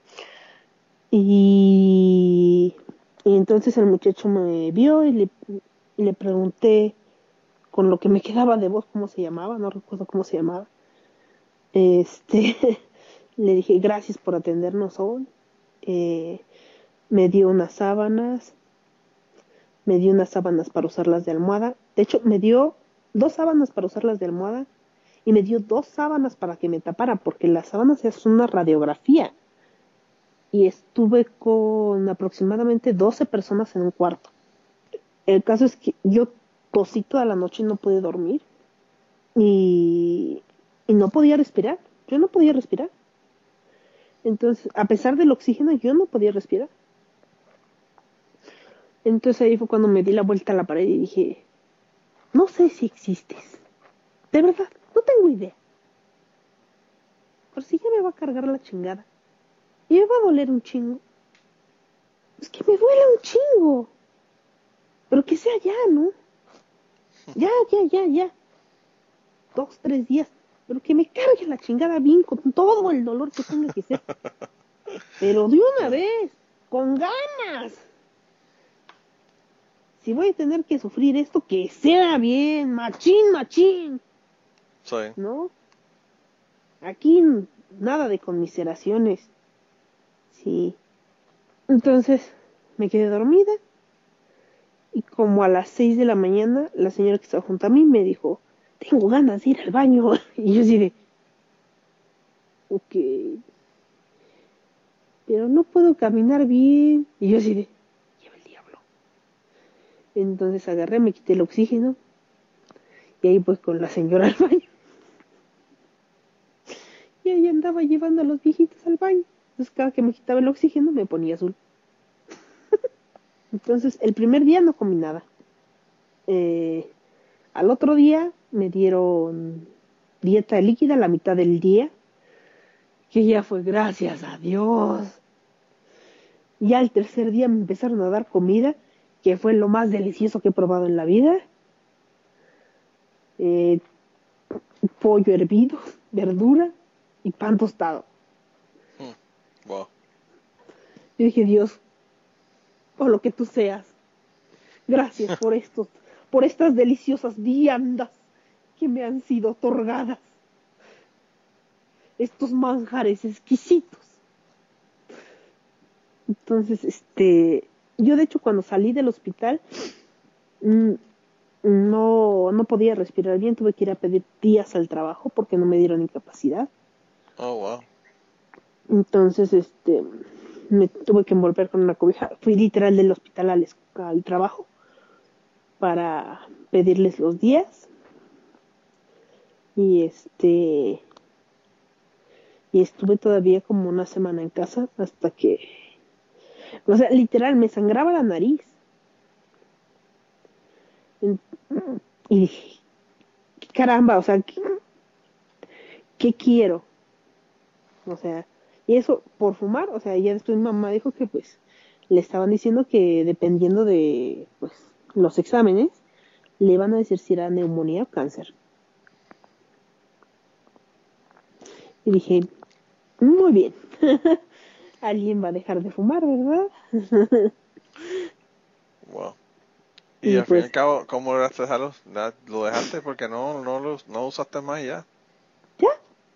Y entonces el muchacho me vio y le pregunté con lo que me quedaba de voz cómo se llamaba, no recuerdo cómo se llamaba. Le dije gracias por atendernos hoy. Me dio unas sábanas, para usarlas de almohada. De hecho, me dio 2 sábanas para usarlas de almohada y me dio 2 sábanas para que me tapara, porque las sábanas es una radiografía. Y estuve con aproximadamente 12 personas en un cuarto. El caso es que yo tosí toda la noche y no pude dormir. Y no podía respirar. Yo no podía respirar. Entonces, a pesar del oxígeno, yo no podía respirar. Entonces ahí fue cuando me di la vuelta a la pared y dije, no sé si existes. De verdad, no tengo idea. Pero si ya me va a cargar la chingada. Y me va a doler un chingo. Es que me duele un chingo. Pero que sea ya, ¿no? Ya. 2, 3 días. Pero que me cargue la chingada bien con todo el dolor que tenga que ser. Pero de una vez, con ganas. Si voy a tener que sufrir esto, que sea bien, machín. Sí. ¿No? Aquí nada de conmiseraciones. Sí. Entonces me quedé dormida y como a las 6 de la mañana la señora que estaba junto a mí me dijo, tengo ganas de ir al baño. Y yo así de, ok, pero no puedo caminar bien. Y yo así de, lleva el diablo. Entonces agarré, me quité el oxígeno y ahí pues con la señora al baño. Y ahí andaba llevando a los viejitos al baño. Entonces cada que me quitaba el oxígeno me ponía azul. Entonces el primer día no comí nada. Al otro día me dieron dieta líquida la mitad del día, que ya fue gracias a Dios. Ya el tercer día me empezaron a dar comida, que fue lo más delicioso que he probado en la vida. Pollo hervido, verdura y pan tostado. Wow. Yo dije, Dios, o lo que tú seas, gracias por estas deliciosas viandas que me han sido otorgadas. Estos manjares exquisitos. Entonces, yo de hecho cuando salí del hospital, no podía respirar bien, tuve que ir a pedir días al trabajo porque no me dieron incapacidad. Oh, wow. Entonces, me tuve que envolver con una cobija. Fui literal del hospital al trabajo para pedirles los días. Y y estuve todavía como una semana en casa hasta que, o sea, literal me sangraba la nariz. Y dije, caramba, o sea, ¿qué quiero? O sea, y eso por fumar, o sea, ya después mi mamá dijo que pues le estaban diciendo que dependiendo de pues los exámenes, le iban a decir si era neumonía o cáncer. Y dije, muy bien, alguien va a dejar de fumar, ¿verdad? Wow. Y al fin y al cabo, ¿cómo lograste dejarlo? ¿Lo dejaste porque no usaste más y ya? Ya,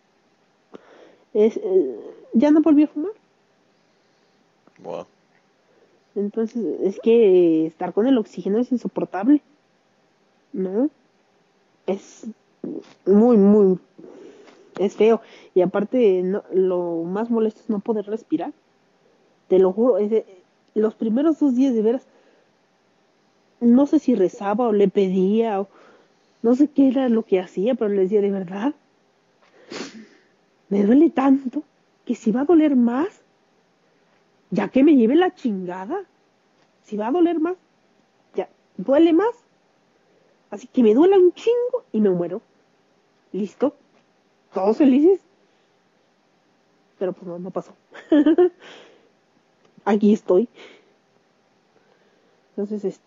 ya no volví a fumar. Wow. Entonces, es que estar con el oxígeno es insoportable, ¿no? Es muy, es feo. Y aparte, lo más molesto es no poder respirar. Te lo juro, los primeros 2 días de veras, no sé si rezaba o le pedía, o no sé qué era lo que hacía, pero le decía, de verdad, me duele tanto que si va a doler más, ya que me lleve la chingada. Si va a doler más, ya, duele más. Así que me duele un chingo y me muero. ¿Listo? Todos felices. Pero pues no pasó. Aquí estoy. Entonces,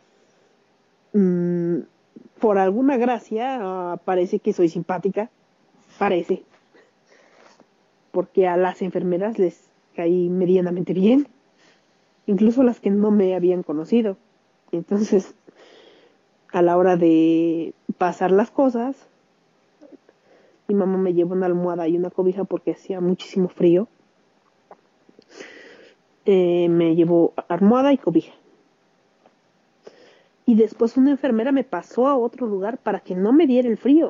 por alguna gracia, parece que soy simpática. Parece. Porque a las enfermeras les caí medianamente bien. Incluso las que no me habían conocido. Entonces, a la hora de pasar las cosas, mi mamá me llevó una almohada y una cobija porque hacía muchísimo frío. Me llevó almohada y cobija. Y después una enfermera me pasó a otro lugar para que no me diera el frío.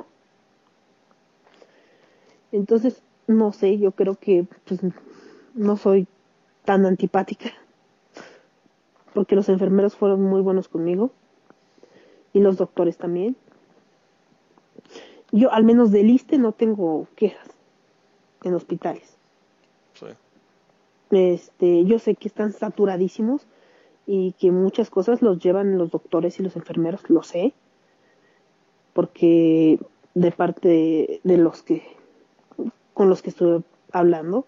Entonces, no sé, yo creo que pues, no soy tan antipática. Porque los enfermeros fueron muy buenos conmigo. Y los doctores también. Yo, al menos del ISSSTE, no tengo quejas en hospitales. Sí. Yo sé que están saturadísimos y que muchas cosas los llevan los doctores y los enfermeros, lo sé, porque de parte de los que con los que estuve hablando,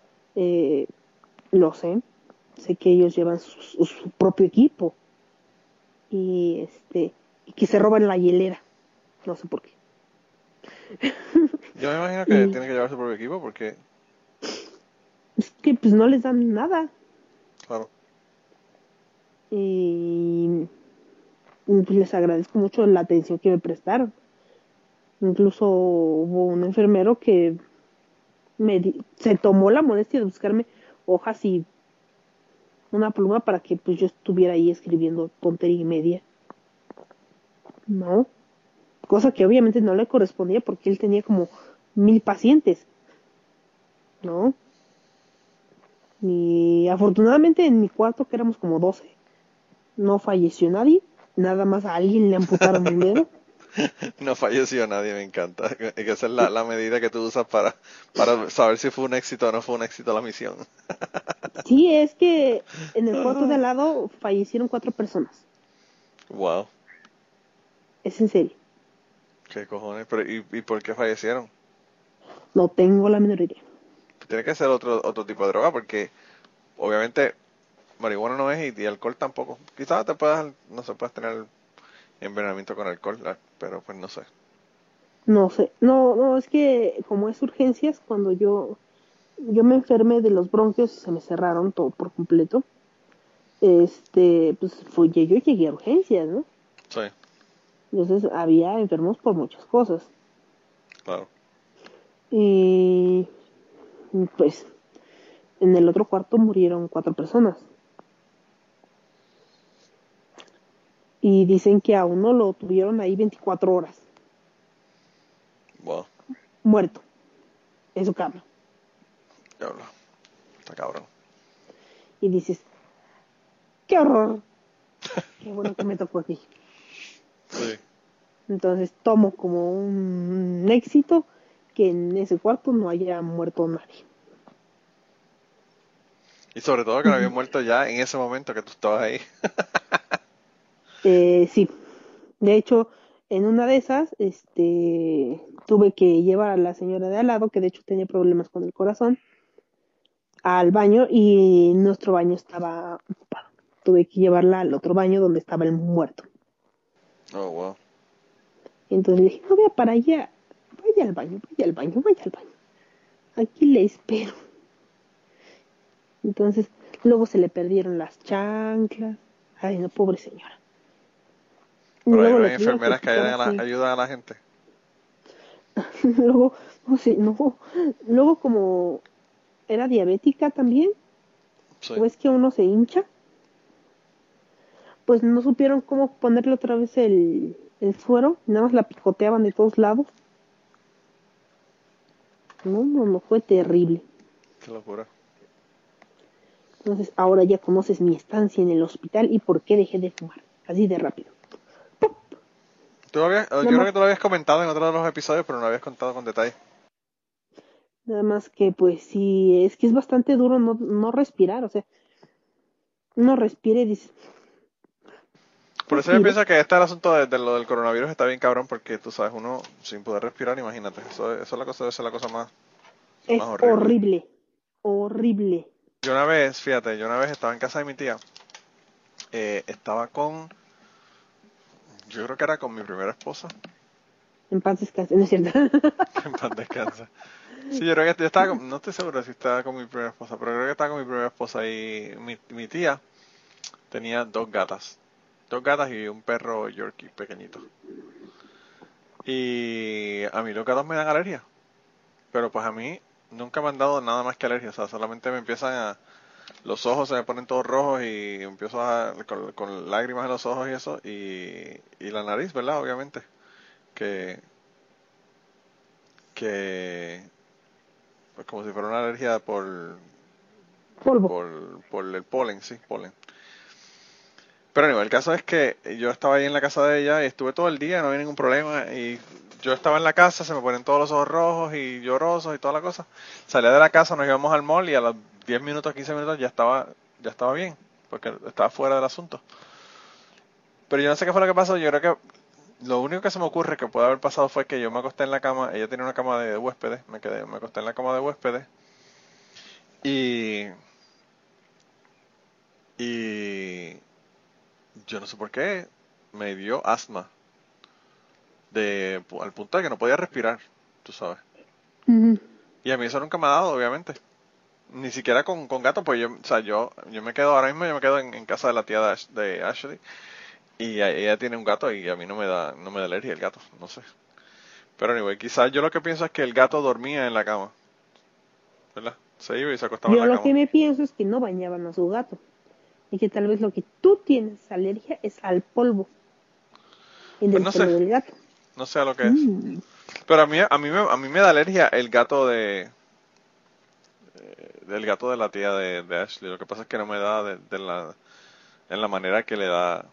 lo sé que ellos llevan su propio equipo y y que se roban la hielera, no sé por qué. Yo me imagino que tiene que llevar su propio equipo porque... Es que pues no les dan nada. Claro. Y pues, les agradezco mucho la atención que me prestaron. Incluso hubo un enfermero que se tomó la molestia de buscarme hojas y una pluma para que pues yo estuviera ahí escribiendo tontería y media. No. Cosa que obviamente no le correspondía porque él tenía como 1000 pacientes. ¿No? Y afortunadamente en mi cuarto, que éramos como 12, no falleció nadie. Nada más a alguien le amputaron un dedo. No falleció nadie, me encanta. Que esa es la medida que tú usas para saber si fue un éxito o no fue un éxito la misión. Sí, es que en el cuarto de al lado fallecieron 4 personas. Wow. Es en serio. ¿Qué cojones? Pero, ¿y por qué fallecieron? No tengo la menor idea. Tiene que ser otro tipo de droga porque obviamente marihuana no es y alcohol tampoco. Quizás no se puedes tener envenenamiento con alcohol, pero pues no sé. No sé. No, es que como es urgencias, cuando yo me enfermé de los bronquios y se me cerraron todo por completo, pues yo llegué a urgencias, ¿no? Sí. Entonces había enfermos por muchas cosas. Claro. Y pues en el otro cuarto murieron 4 personas. Y dicen que a uno lo tuvieron ahí 24 horas, Wow. muerto, en su cama. Diablo. Está cabrón. Y dices, ¡qué horror! Qué bueno que me tocó aquí. Sí. Entonces tomo como un éxito que en ese cuarto no haya muerto nadie. Y sobre todo que no había muerto ya en ese momento que tú estabas ahí. Sí, de hecho, en una de esas, tuve que llevar a la señora de al lado, que de hecho tenía problemas con el corazón, al baño y nuestro baño estaba ocupado. Tuve que llevarla al otro baño donde estaba el muerto. Oh, wow. Entonces le dije, no vea para allá, vaya al baño, vaya al baño, vaya al baño. Aquí le espero. Entonces, luego se le perdieron las chanclas. Ay, no, pobre señora. Y Pero ahí luego no le hay tuvieron que enfermeras que quitar así. ayudan a la gente. Luego, no sé, no. Luego como era diabética también, Sí. o es que uno se hincha, pues no supieron cómo ponerle otra vez el suero, nada más la picoteaban de todos lados. No, fue terrible. Qué locura. Entonces ahora ya conoces mi estancia en el hospital y por qué dejé de fumar, así de rápido. Yo Nada creo más, que tú lo habías comentado en otro de los episodios, pero no lo habías contado con detalle. nada más que pues sí, es que es bastante duro no respirar, o sea, uno respira y dice, Por eso yo respiro. pienso que este el asunto de lo del coronavirus está bien cabrón, porque tú sabes, uno sin poder respirar, imagínate. Eso es la cosa, debe ser la cosa más Es horrible. horrible, horrible. Yo una vez estaba en casa de mi tía, estaba yo creo que era con mi primera esposa, En paz descanse, no es cierto. que en paz descansa. Sí, yo creo que yo estaba no estoy seguro si estaba con mi primera esposa, pero creo que estaba con mi primera esposa y mi tía tenía dos gatas y un perro Yorkie pequeñito. Y a mí los gatos me dan alergia, pero pues a mí nunca me han dado nada más que alergia, o sea, solamente los ojos se me ponen todos rojos y empiezo con lágrimas en los ojos y eso, y la nariz, ¿verdad? Obviamente, que, que, pues como si fuera una alergia Polvo. por el polen, sí, polen. Pero el caso es que yo estaba ahí en la casa de ella y estuve todo el día, no había ningún problema. Y yo estaba en la casa, se me ponen todos los ojos rojos y llorosos y toda la cosa. Salía de la casa, nos íbamos al mall y a los 10 minutos, 15 minutos ya estaba bien, porque estaba fuera del asunto. Pero yo no sé qué fue lo que pasó, yo creo que lo único que se me ocurre que puede haber pasado fue que yo me acosté en la cama, ella tenía una cama de huéspedes, me acosté en la cama de huéspedes y, y yo no sé por qué, me dio asma. Al punto de que no podía respirar, tú sabes. Ujú. Y a mí eso nunca me ha dado, obviamente. Ni siquiera con gato, pues yo me quedo, ahora mismo yo me quedo en casa de la tía de Ashley. Y ella tiene un gato y a mí no me da alergia el gato, no sé. Pero anyway, quizás yo lo que pienso es que el gato dormía en la cama, ¿verdad? Se iba y se acostaba en Yo la lo que cama. me pienso es que no bañaban a su gato. Y que tal vez lo que tú tienes alergia es al polvo y Pues del pelo del gato. no sé a lo que es. Mm. Pero a mí me da alergia el gato del gato de la tía de Ashley. Lo que pasa es que no me da en la manera que le da,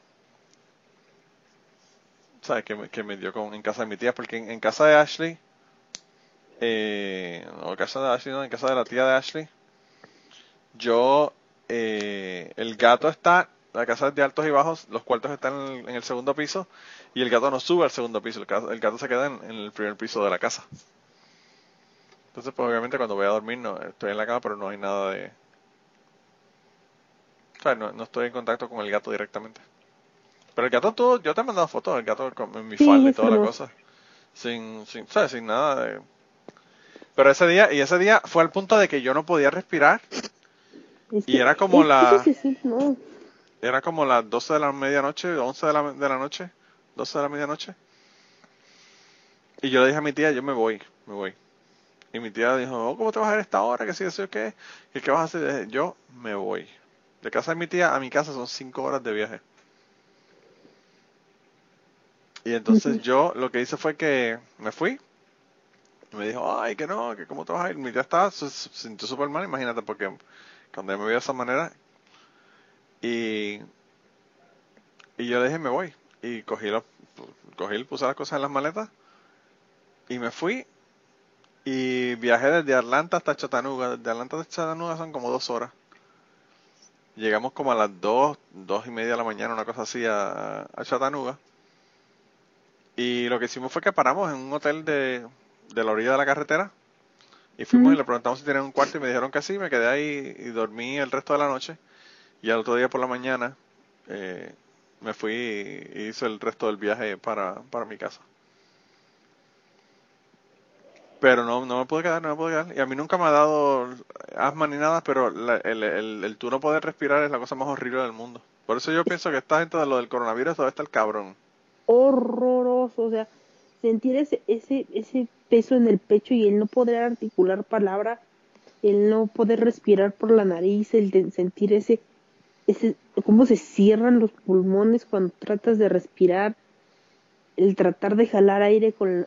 ¿sabes? Que me dio en casa de mi tía, porque en casa de Ashley, no, en casa de Ashley, no, en casa de la tía de Ashley, el gato la casa es de altos y bajos, los cuartos están en el segundo piso, y el gato no sube al segundo piso, el gato se queda en el primer piso de la casa. Entonces, pues obviamente cuando voy a dormir, no, estoy en la cama, pero no hay nada ¿sabes? No estoy en contacto con el gato directamente. Pero el gato, yo te he mandado fotos del gato en mi Sí, falda y es toda la hermoso. cosa. ¿Sabes? Sin nada de... Pero ese día fue al punto de que yo no podía respirar Es y que eso se siente, no. era como las 12 de la medianoche, 11 de la noche, 12 de la medianoche. Y yo le dije a mi tía, yo me voy. Y mi tía dijo, ¿cómo te vas a ir a esta hora? ¿Qué sí, o qué? ¿Y qué vas a hacer? Le dije, yo me voy. De casa de mi tía a mi casa son 5 horas de viaje. Y entonces yo lo que hice fue que me fui. Y me dijo, ay, que no, que cómo te vas a ir. Mi tía estaba, se sintió súper mal, imagínate, porque cuando ella me vio de esa manera. Y yo le dije, me voy. Y puse las cosas en las maletas. Y me fui. Y viajé desde Atlanta hasta Chattanooga. Desde Atlanta hasta Chattanooga son como 2 horas. Llegamos como a las 2:30 de la mañana, una cosa así, a Chattanooga. Y lo que hicimos fue que paramos en un hotel de la orilla de la carretera. Y fuimos y le preguntamos si tenían un cuarto y me dijeron que sí. Me quedé ahí y dormí el resto de la noche. Y al otro día por la mañana me fui y hice el resto del viaje para mi casa. Pero no me pude quedar. Y a mí nunca me ha dado asma ni nada, pero el tú no poder respirar es la cosa más horrible del mundo. Por eso yo pienso que esta gente de lo del coronavirus todavía está el cabrón. Horroroso, o sea, sentir ese peso en el pecho y el no poder articular palabra, el no poder respirar por la nariz, el de sentir ese cómo se cierran los pulmones cuando tratas de respirar, el tratar de jalar aire con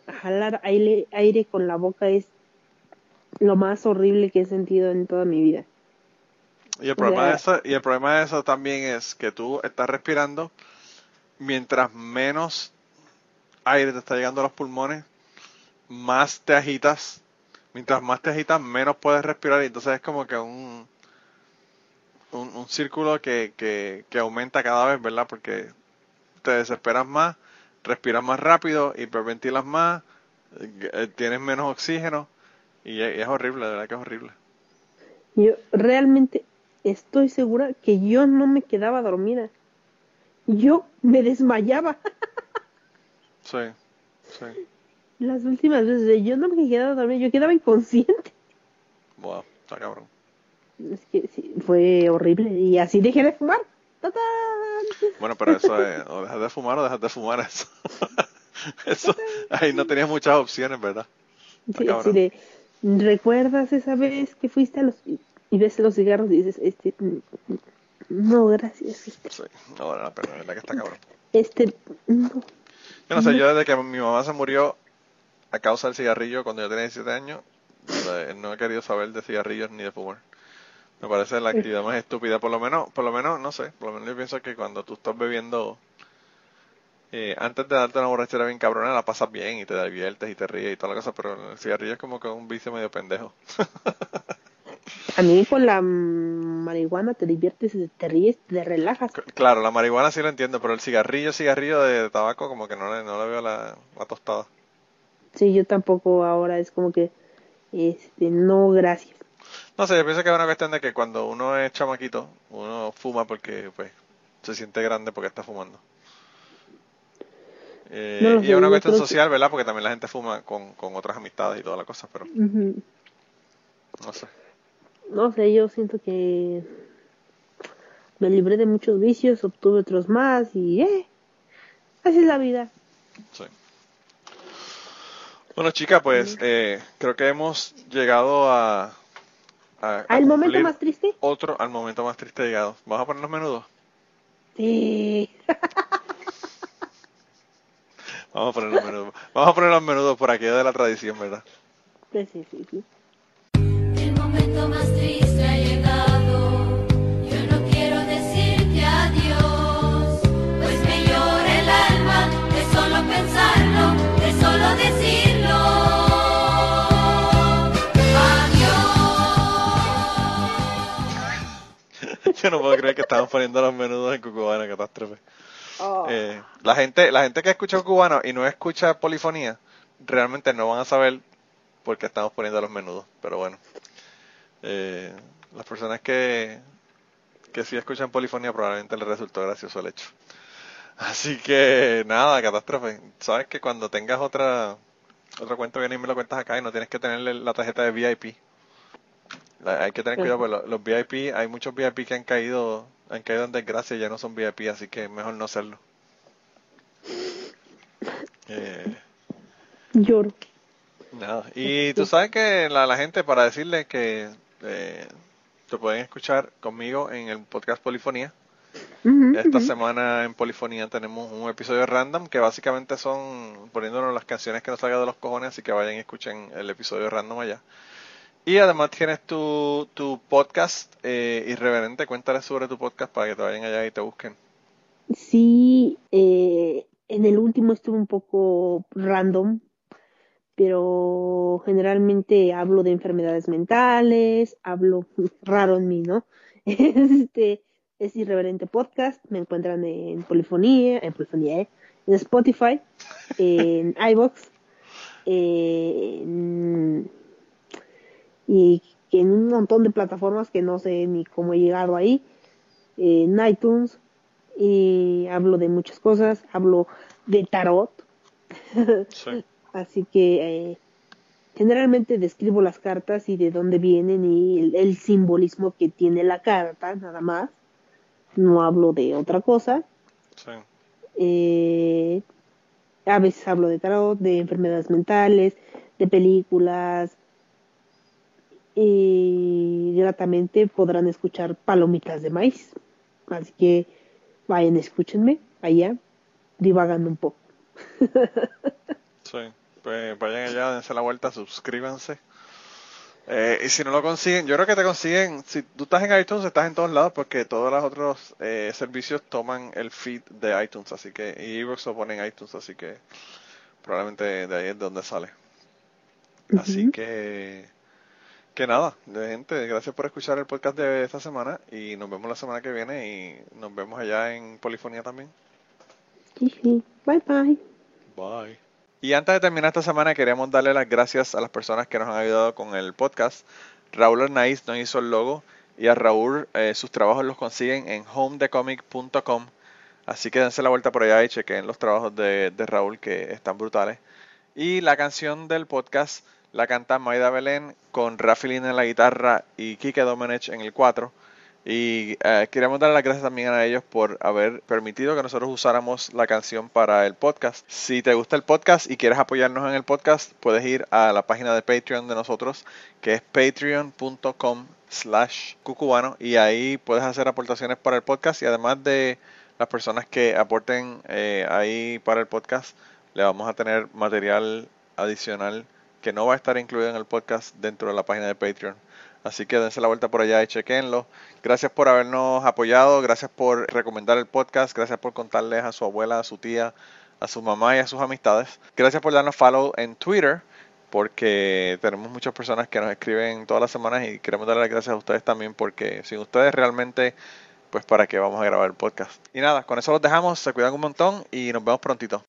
la boca es lo más horrible que he sentido en toda mi vida. Y el problema de eso también es que tú estás respirando mientras menos aire te está llegando a los pulmones, más te agitas. Mientras más te agitas, menos puedes respirar. Y entonces es como que un círculo que aumenta cada vez, ¿verdad? Porque te desesperas más, respiras más rápido, hiperventilas más, tienes menos oxígeno. Y es horrible, de verdad que es horrible. Yo realmente estoy segura que yo no me quedaba dormida. Yo me desmayaba. Sí. Las últimas veces yo no me quedaba dormida, yo quedaba inconsciente. Wow, está cabrón. Es que sí, fue horrible. Y así dejé de fumar. ¡Tatán! Bueno, pero eso es, o dejas de fumar o dejas de fumar eso. Eso, ahí no tenías muchas opciones, ¿verdad? Sí, así de, ¿recuerdas esa vez que fuiste a y ves los cigarros y dices, no, gracias. Sí, no vale la pena, ¿verdad que está cabrón? No. Yo no sé, yo desde que mi mamá se murió a causa del cigarrillo cuando yo tenía 17 años, no he querido saber de cigarrillos ni de fumar. Me parece la actividad más estúpida, por lo menos, no sé, por lo menos yo pienso que cuando tú estás bebiendo, antes de darte una borrachera bien cabrona, la pasas bien y te diviertes y te ríes y toda la cosa, pero el cigarrillo es como que un vicio medio pendejo. A mí con la marihuana te diviertes, te ríes, te relajas. Claro, la marihuana sí lo entiendo, pero el cigarrillo de tabaco como que no le veo la tostada. Sí, yo tampoco ahora es como que, no, gracias. No sé, yo pienso que es una cuestión de que cuando uno es chamaquito, uno fuma porque pues se siente grande porque está fumando. No y sé, es una yo cuestión creo social, ¿verdad? Porque también la gente fuma con otras amistades y toda la cosa, pero no sé. No sé, yo siento que me libré de muchos vicios, obtuve otros más y así es la vida. Sí. Bueno, chica, pues creo que hemos llegado a ¿Al momento cumplir más triste? al momento más triste llegado. ¿Vamos a poner los menudos? Sí. Vamos a poner los menudos. Vamos a poner los menudos por aquello de la tradición, ¿verdad? Sí. El momento más triste ha llegado. Yo no quiero decirte adiós, pues me llora el alma de solo pensarlo, de solo decirlo. Adiós. Yo no puedo creer que estamos poniendo los menudos en Cucubana, catástrofe. Oh. La gente que escucha cubano y no escucha polifonía, realmente no van a saber por qué estamos poniendo los menudos. Pero bueno, las personas que sí escuchan polifonía probablemente les resultó gracioso el hecho. Así que nada, catástrofe. Sabes que cuando tengas otra cuenta viene y me lo cuentas acá y no tienes que tenerle la tarjeta de VIP. Hay que tener cuidado porque los VIP, hay muchos VIP que han caído en desgracia y ya no son VIP, así que es mejor no hacerlo. Lloro. Nada. Y tú sabes que la gente, para decirle que te pueden escuchar conmigo en el podcast Polifonía. Esta semana en Polifonía tenemos un episodio random que básicamente son poniéndonos las canciones que nos salgan de los cojones, así que vayan y escuchen el episodio random allá. Y además tienes tu podcast irreverente. Cuéntales sobre tu podcast para que te vayan allá y te busquen. Sí, en el último estuve un poco random, pero generalmente hablo de enfermedades mentales, hablo raro en mí, ¿no? Es Irreverente Podcast, me encuentran en Polifonía, en Spotify, en iVoox, y en un montón de plataformas que no sé ni cómo he llegado ahí, en iTunes, y hablo de muchas cosas, hablo de tarot, Sí. así que generalmente describo las cartas y de dónde vienen y el simbolismo que tiene la carta, nada más. No hablo de otra cosa. Sí. A veces hablo de tarot, de enfermedades mentales, de películas. Y gratamente podrán escuchar Palomitas de Maíz. Así que vayan, escúchenme allá, divagando un poco. Sí. Pues vayan allá, dense la vuelta, suscríbanse. Y si no lo consiguen, yo creo que te consiguen, si tú estás en iTunes, estás en todos lados porque todos los otros servicios toman el feed de iTunes, así que, y iVoox lo pone en iTunes, así que probablemente de ahí es de donde sale. Así que nada, gente, gracias por escuchar el podcast de esta semana y nos vemos la semana que viene y nos vemos allá en Polifonía también. Sí. Bye bye. Bye. Y antes de terminar esta semana queríamos darle las gracias a las personas que nos han ayudado con el podcast. Raúl Arnaiz nos hizo el logo y a Raúl sus trabajos los consiguen en homedecomic.com. Así que dense la vuelta por allá y chequen los trabajos de Raúl que están brutales. Y la canción del podcast la canta Maida Belén con Rafi Lina en la guitarra y Kike Domenech en el 4. Y queremos dar las gracias también a ellos por haber permitido que nosotros usáramos la canción para el podcast. Si te gusta el podcast y quieres apoyarnos en el podcast, puedes ir a la página de Patreon de nosotros, que es patreon.com/cucubano, y ahí puedes hacer aportaciones para el podcast. Y además de las personas que aporten ahí para el podcast, le vamos a tener material adicional que no va a estar incluido en el podcast dentro de la página de Patreon. Así que dense la vuelta por allá y chequenlo. Gracias por habernos apoyado, gracias por recomendar el podcast, gracias por contarles a su abuela, a su tía, a su mamá y a sus amistades. Gracias por darnos follow en Twitter, porque tenemos muchas personas que nos escriben todas las semanas y queremos darle las gracias a ustedes también, porque sin ustedes realmente, pues para qué vamos a grabar el podcast. Y nada, con eso los dejamos, se cuidan un montón y nos vemos prontito.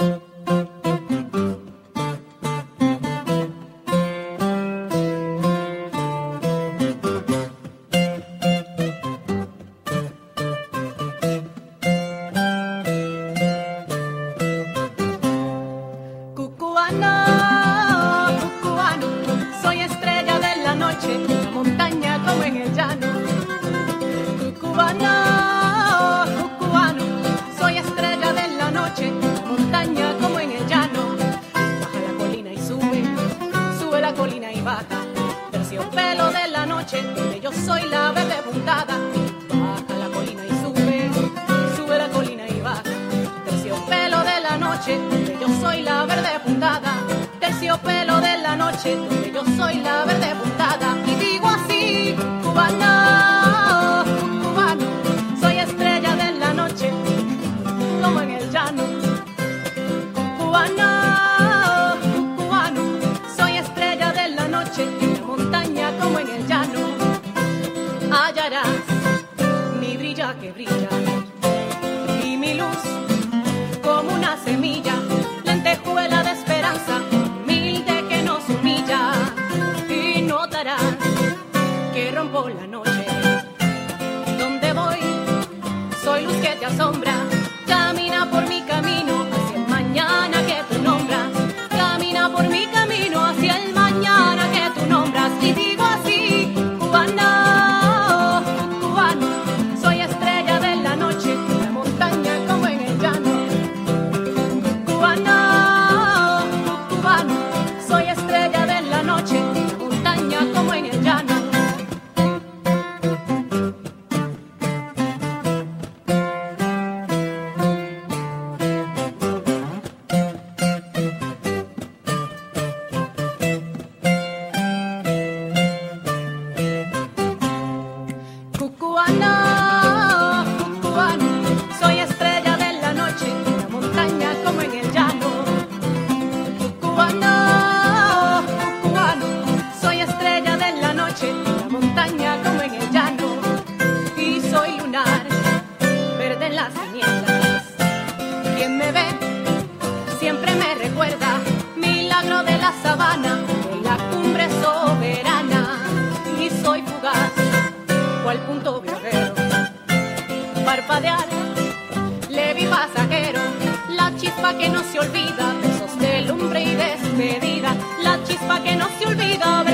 Terciopelo de la noche, donde yo soy la verde puntada. Y digo así, cubano, cubano, soy estrella de la noche, como en el llano. Cubano, cubano, soy estrella de la noche, en la montaña como en el llano. Hallarás mi brilla que brilla y mi luz como una semilla, lentejuela de esperanza, humilde que nos humilla, y notarás que rompo la noche. Donde voy, soy luz que te asombra, camina por mi camino hacia el mañana que tú nombras, camina por mi camino hacia el mañana que tú nombras, y digo así, cubano, cubano, soy estrella de la noche, en la montaña como en el llano. Cubano, chispa que no se olvida, besos de lumbre y despedida, la chispa que no se olvida,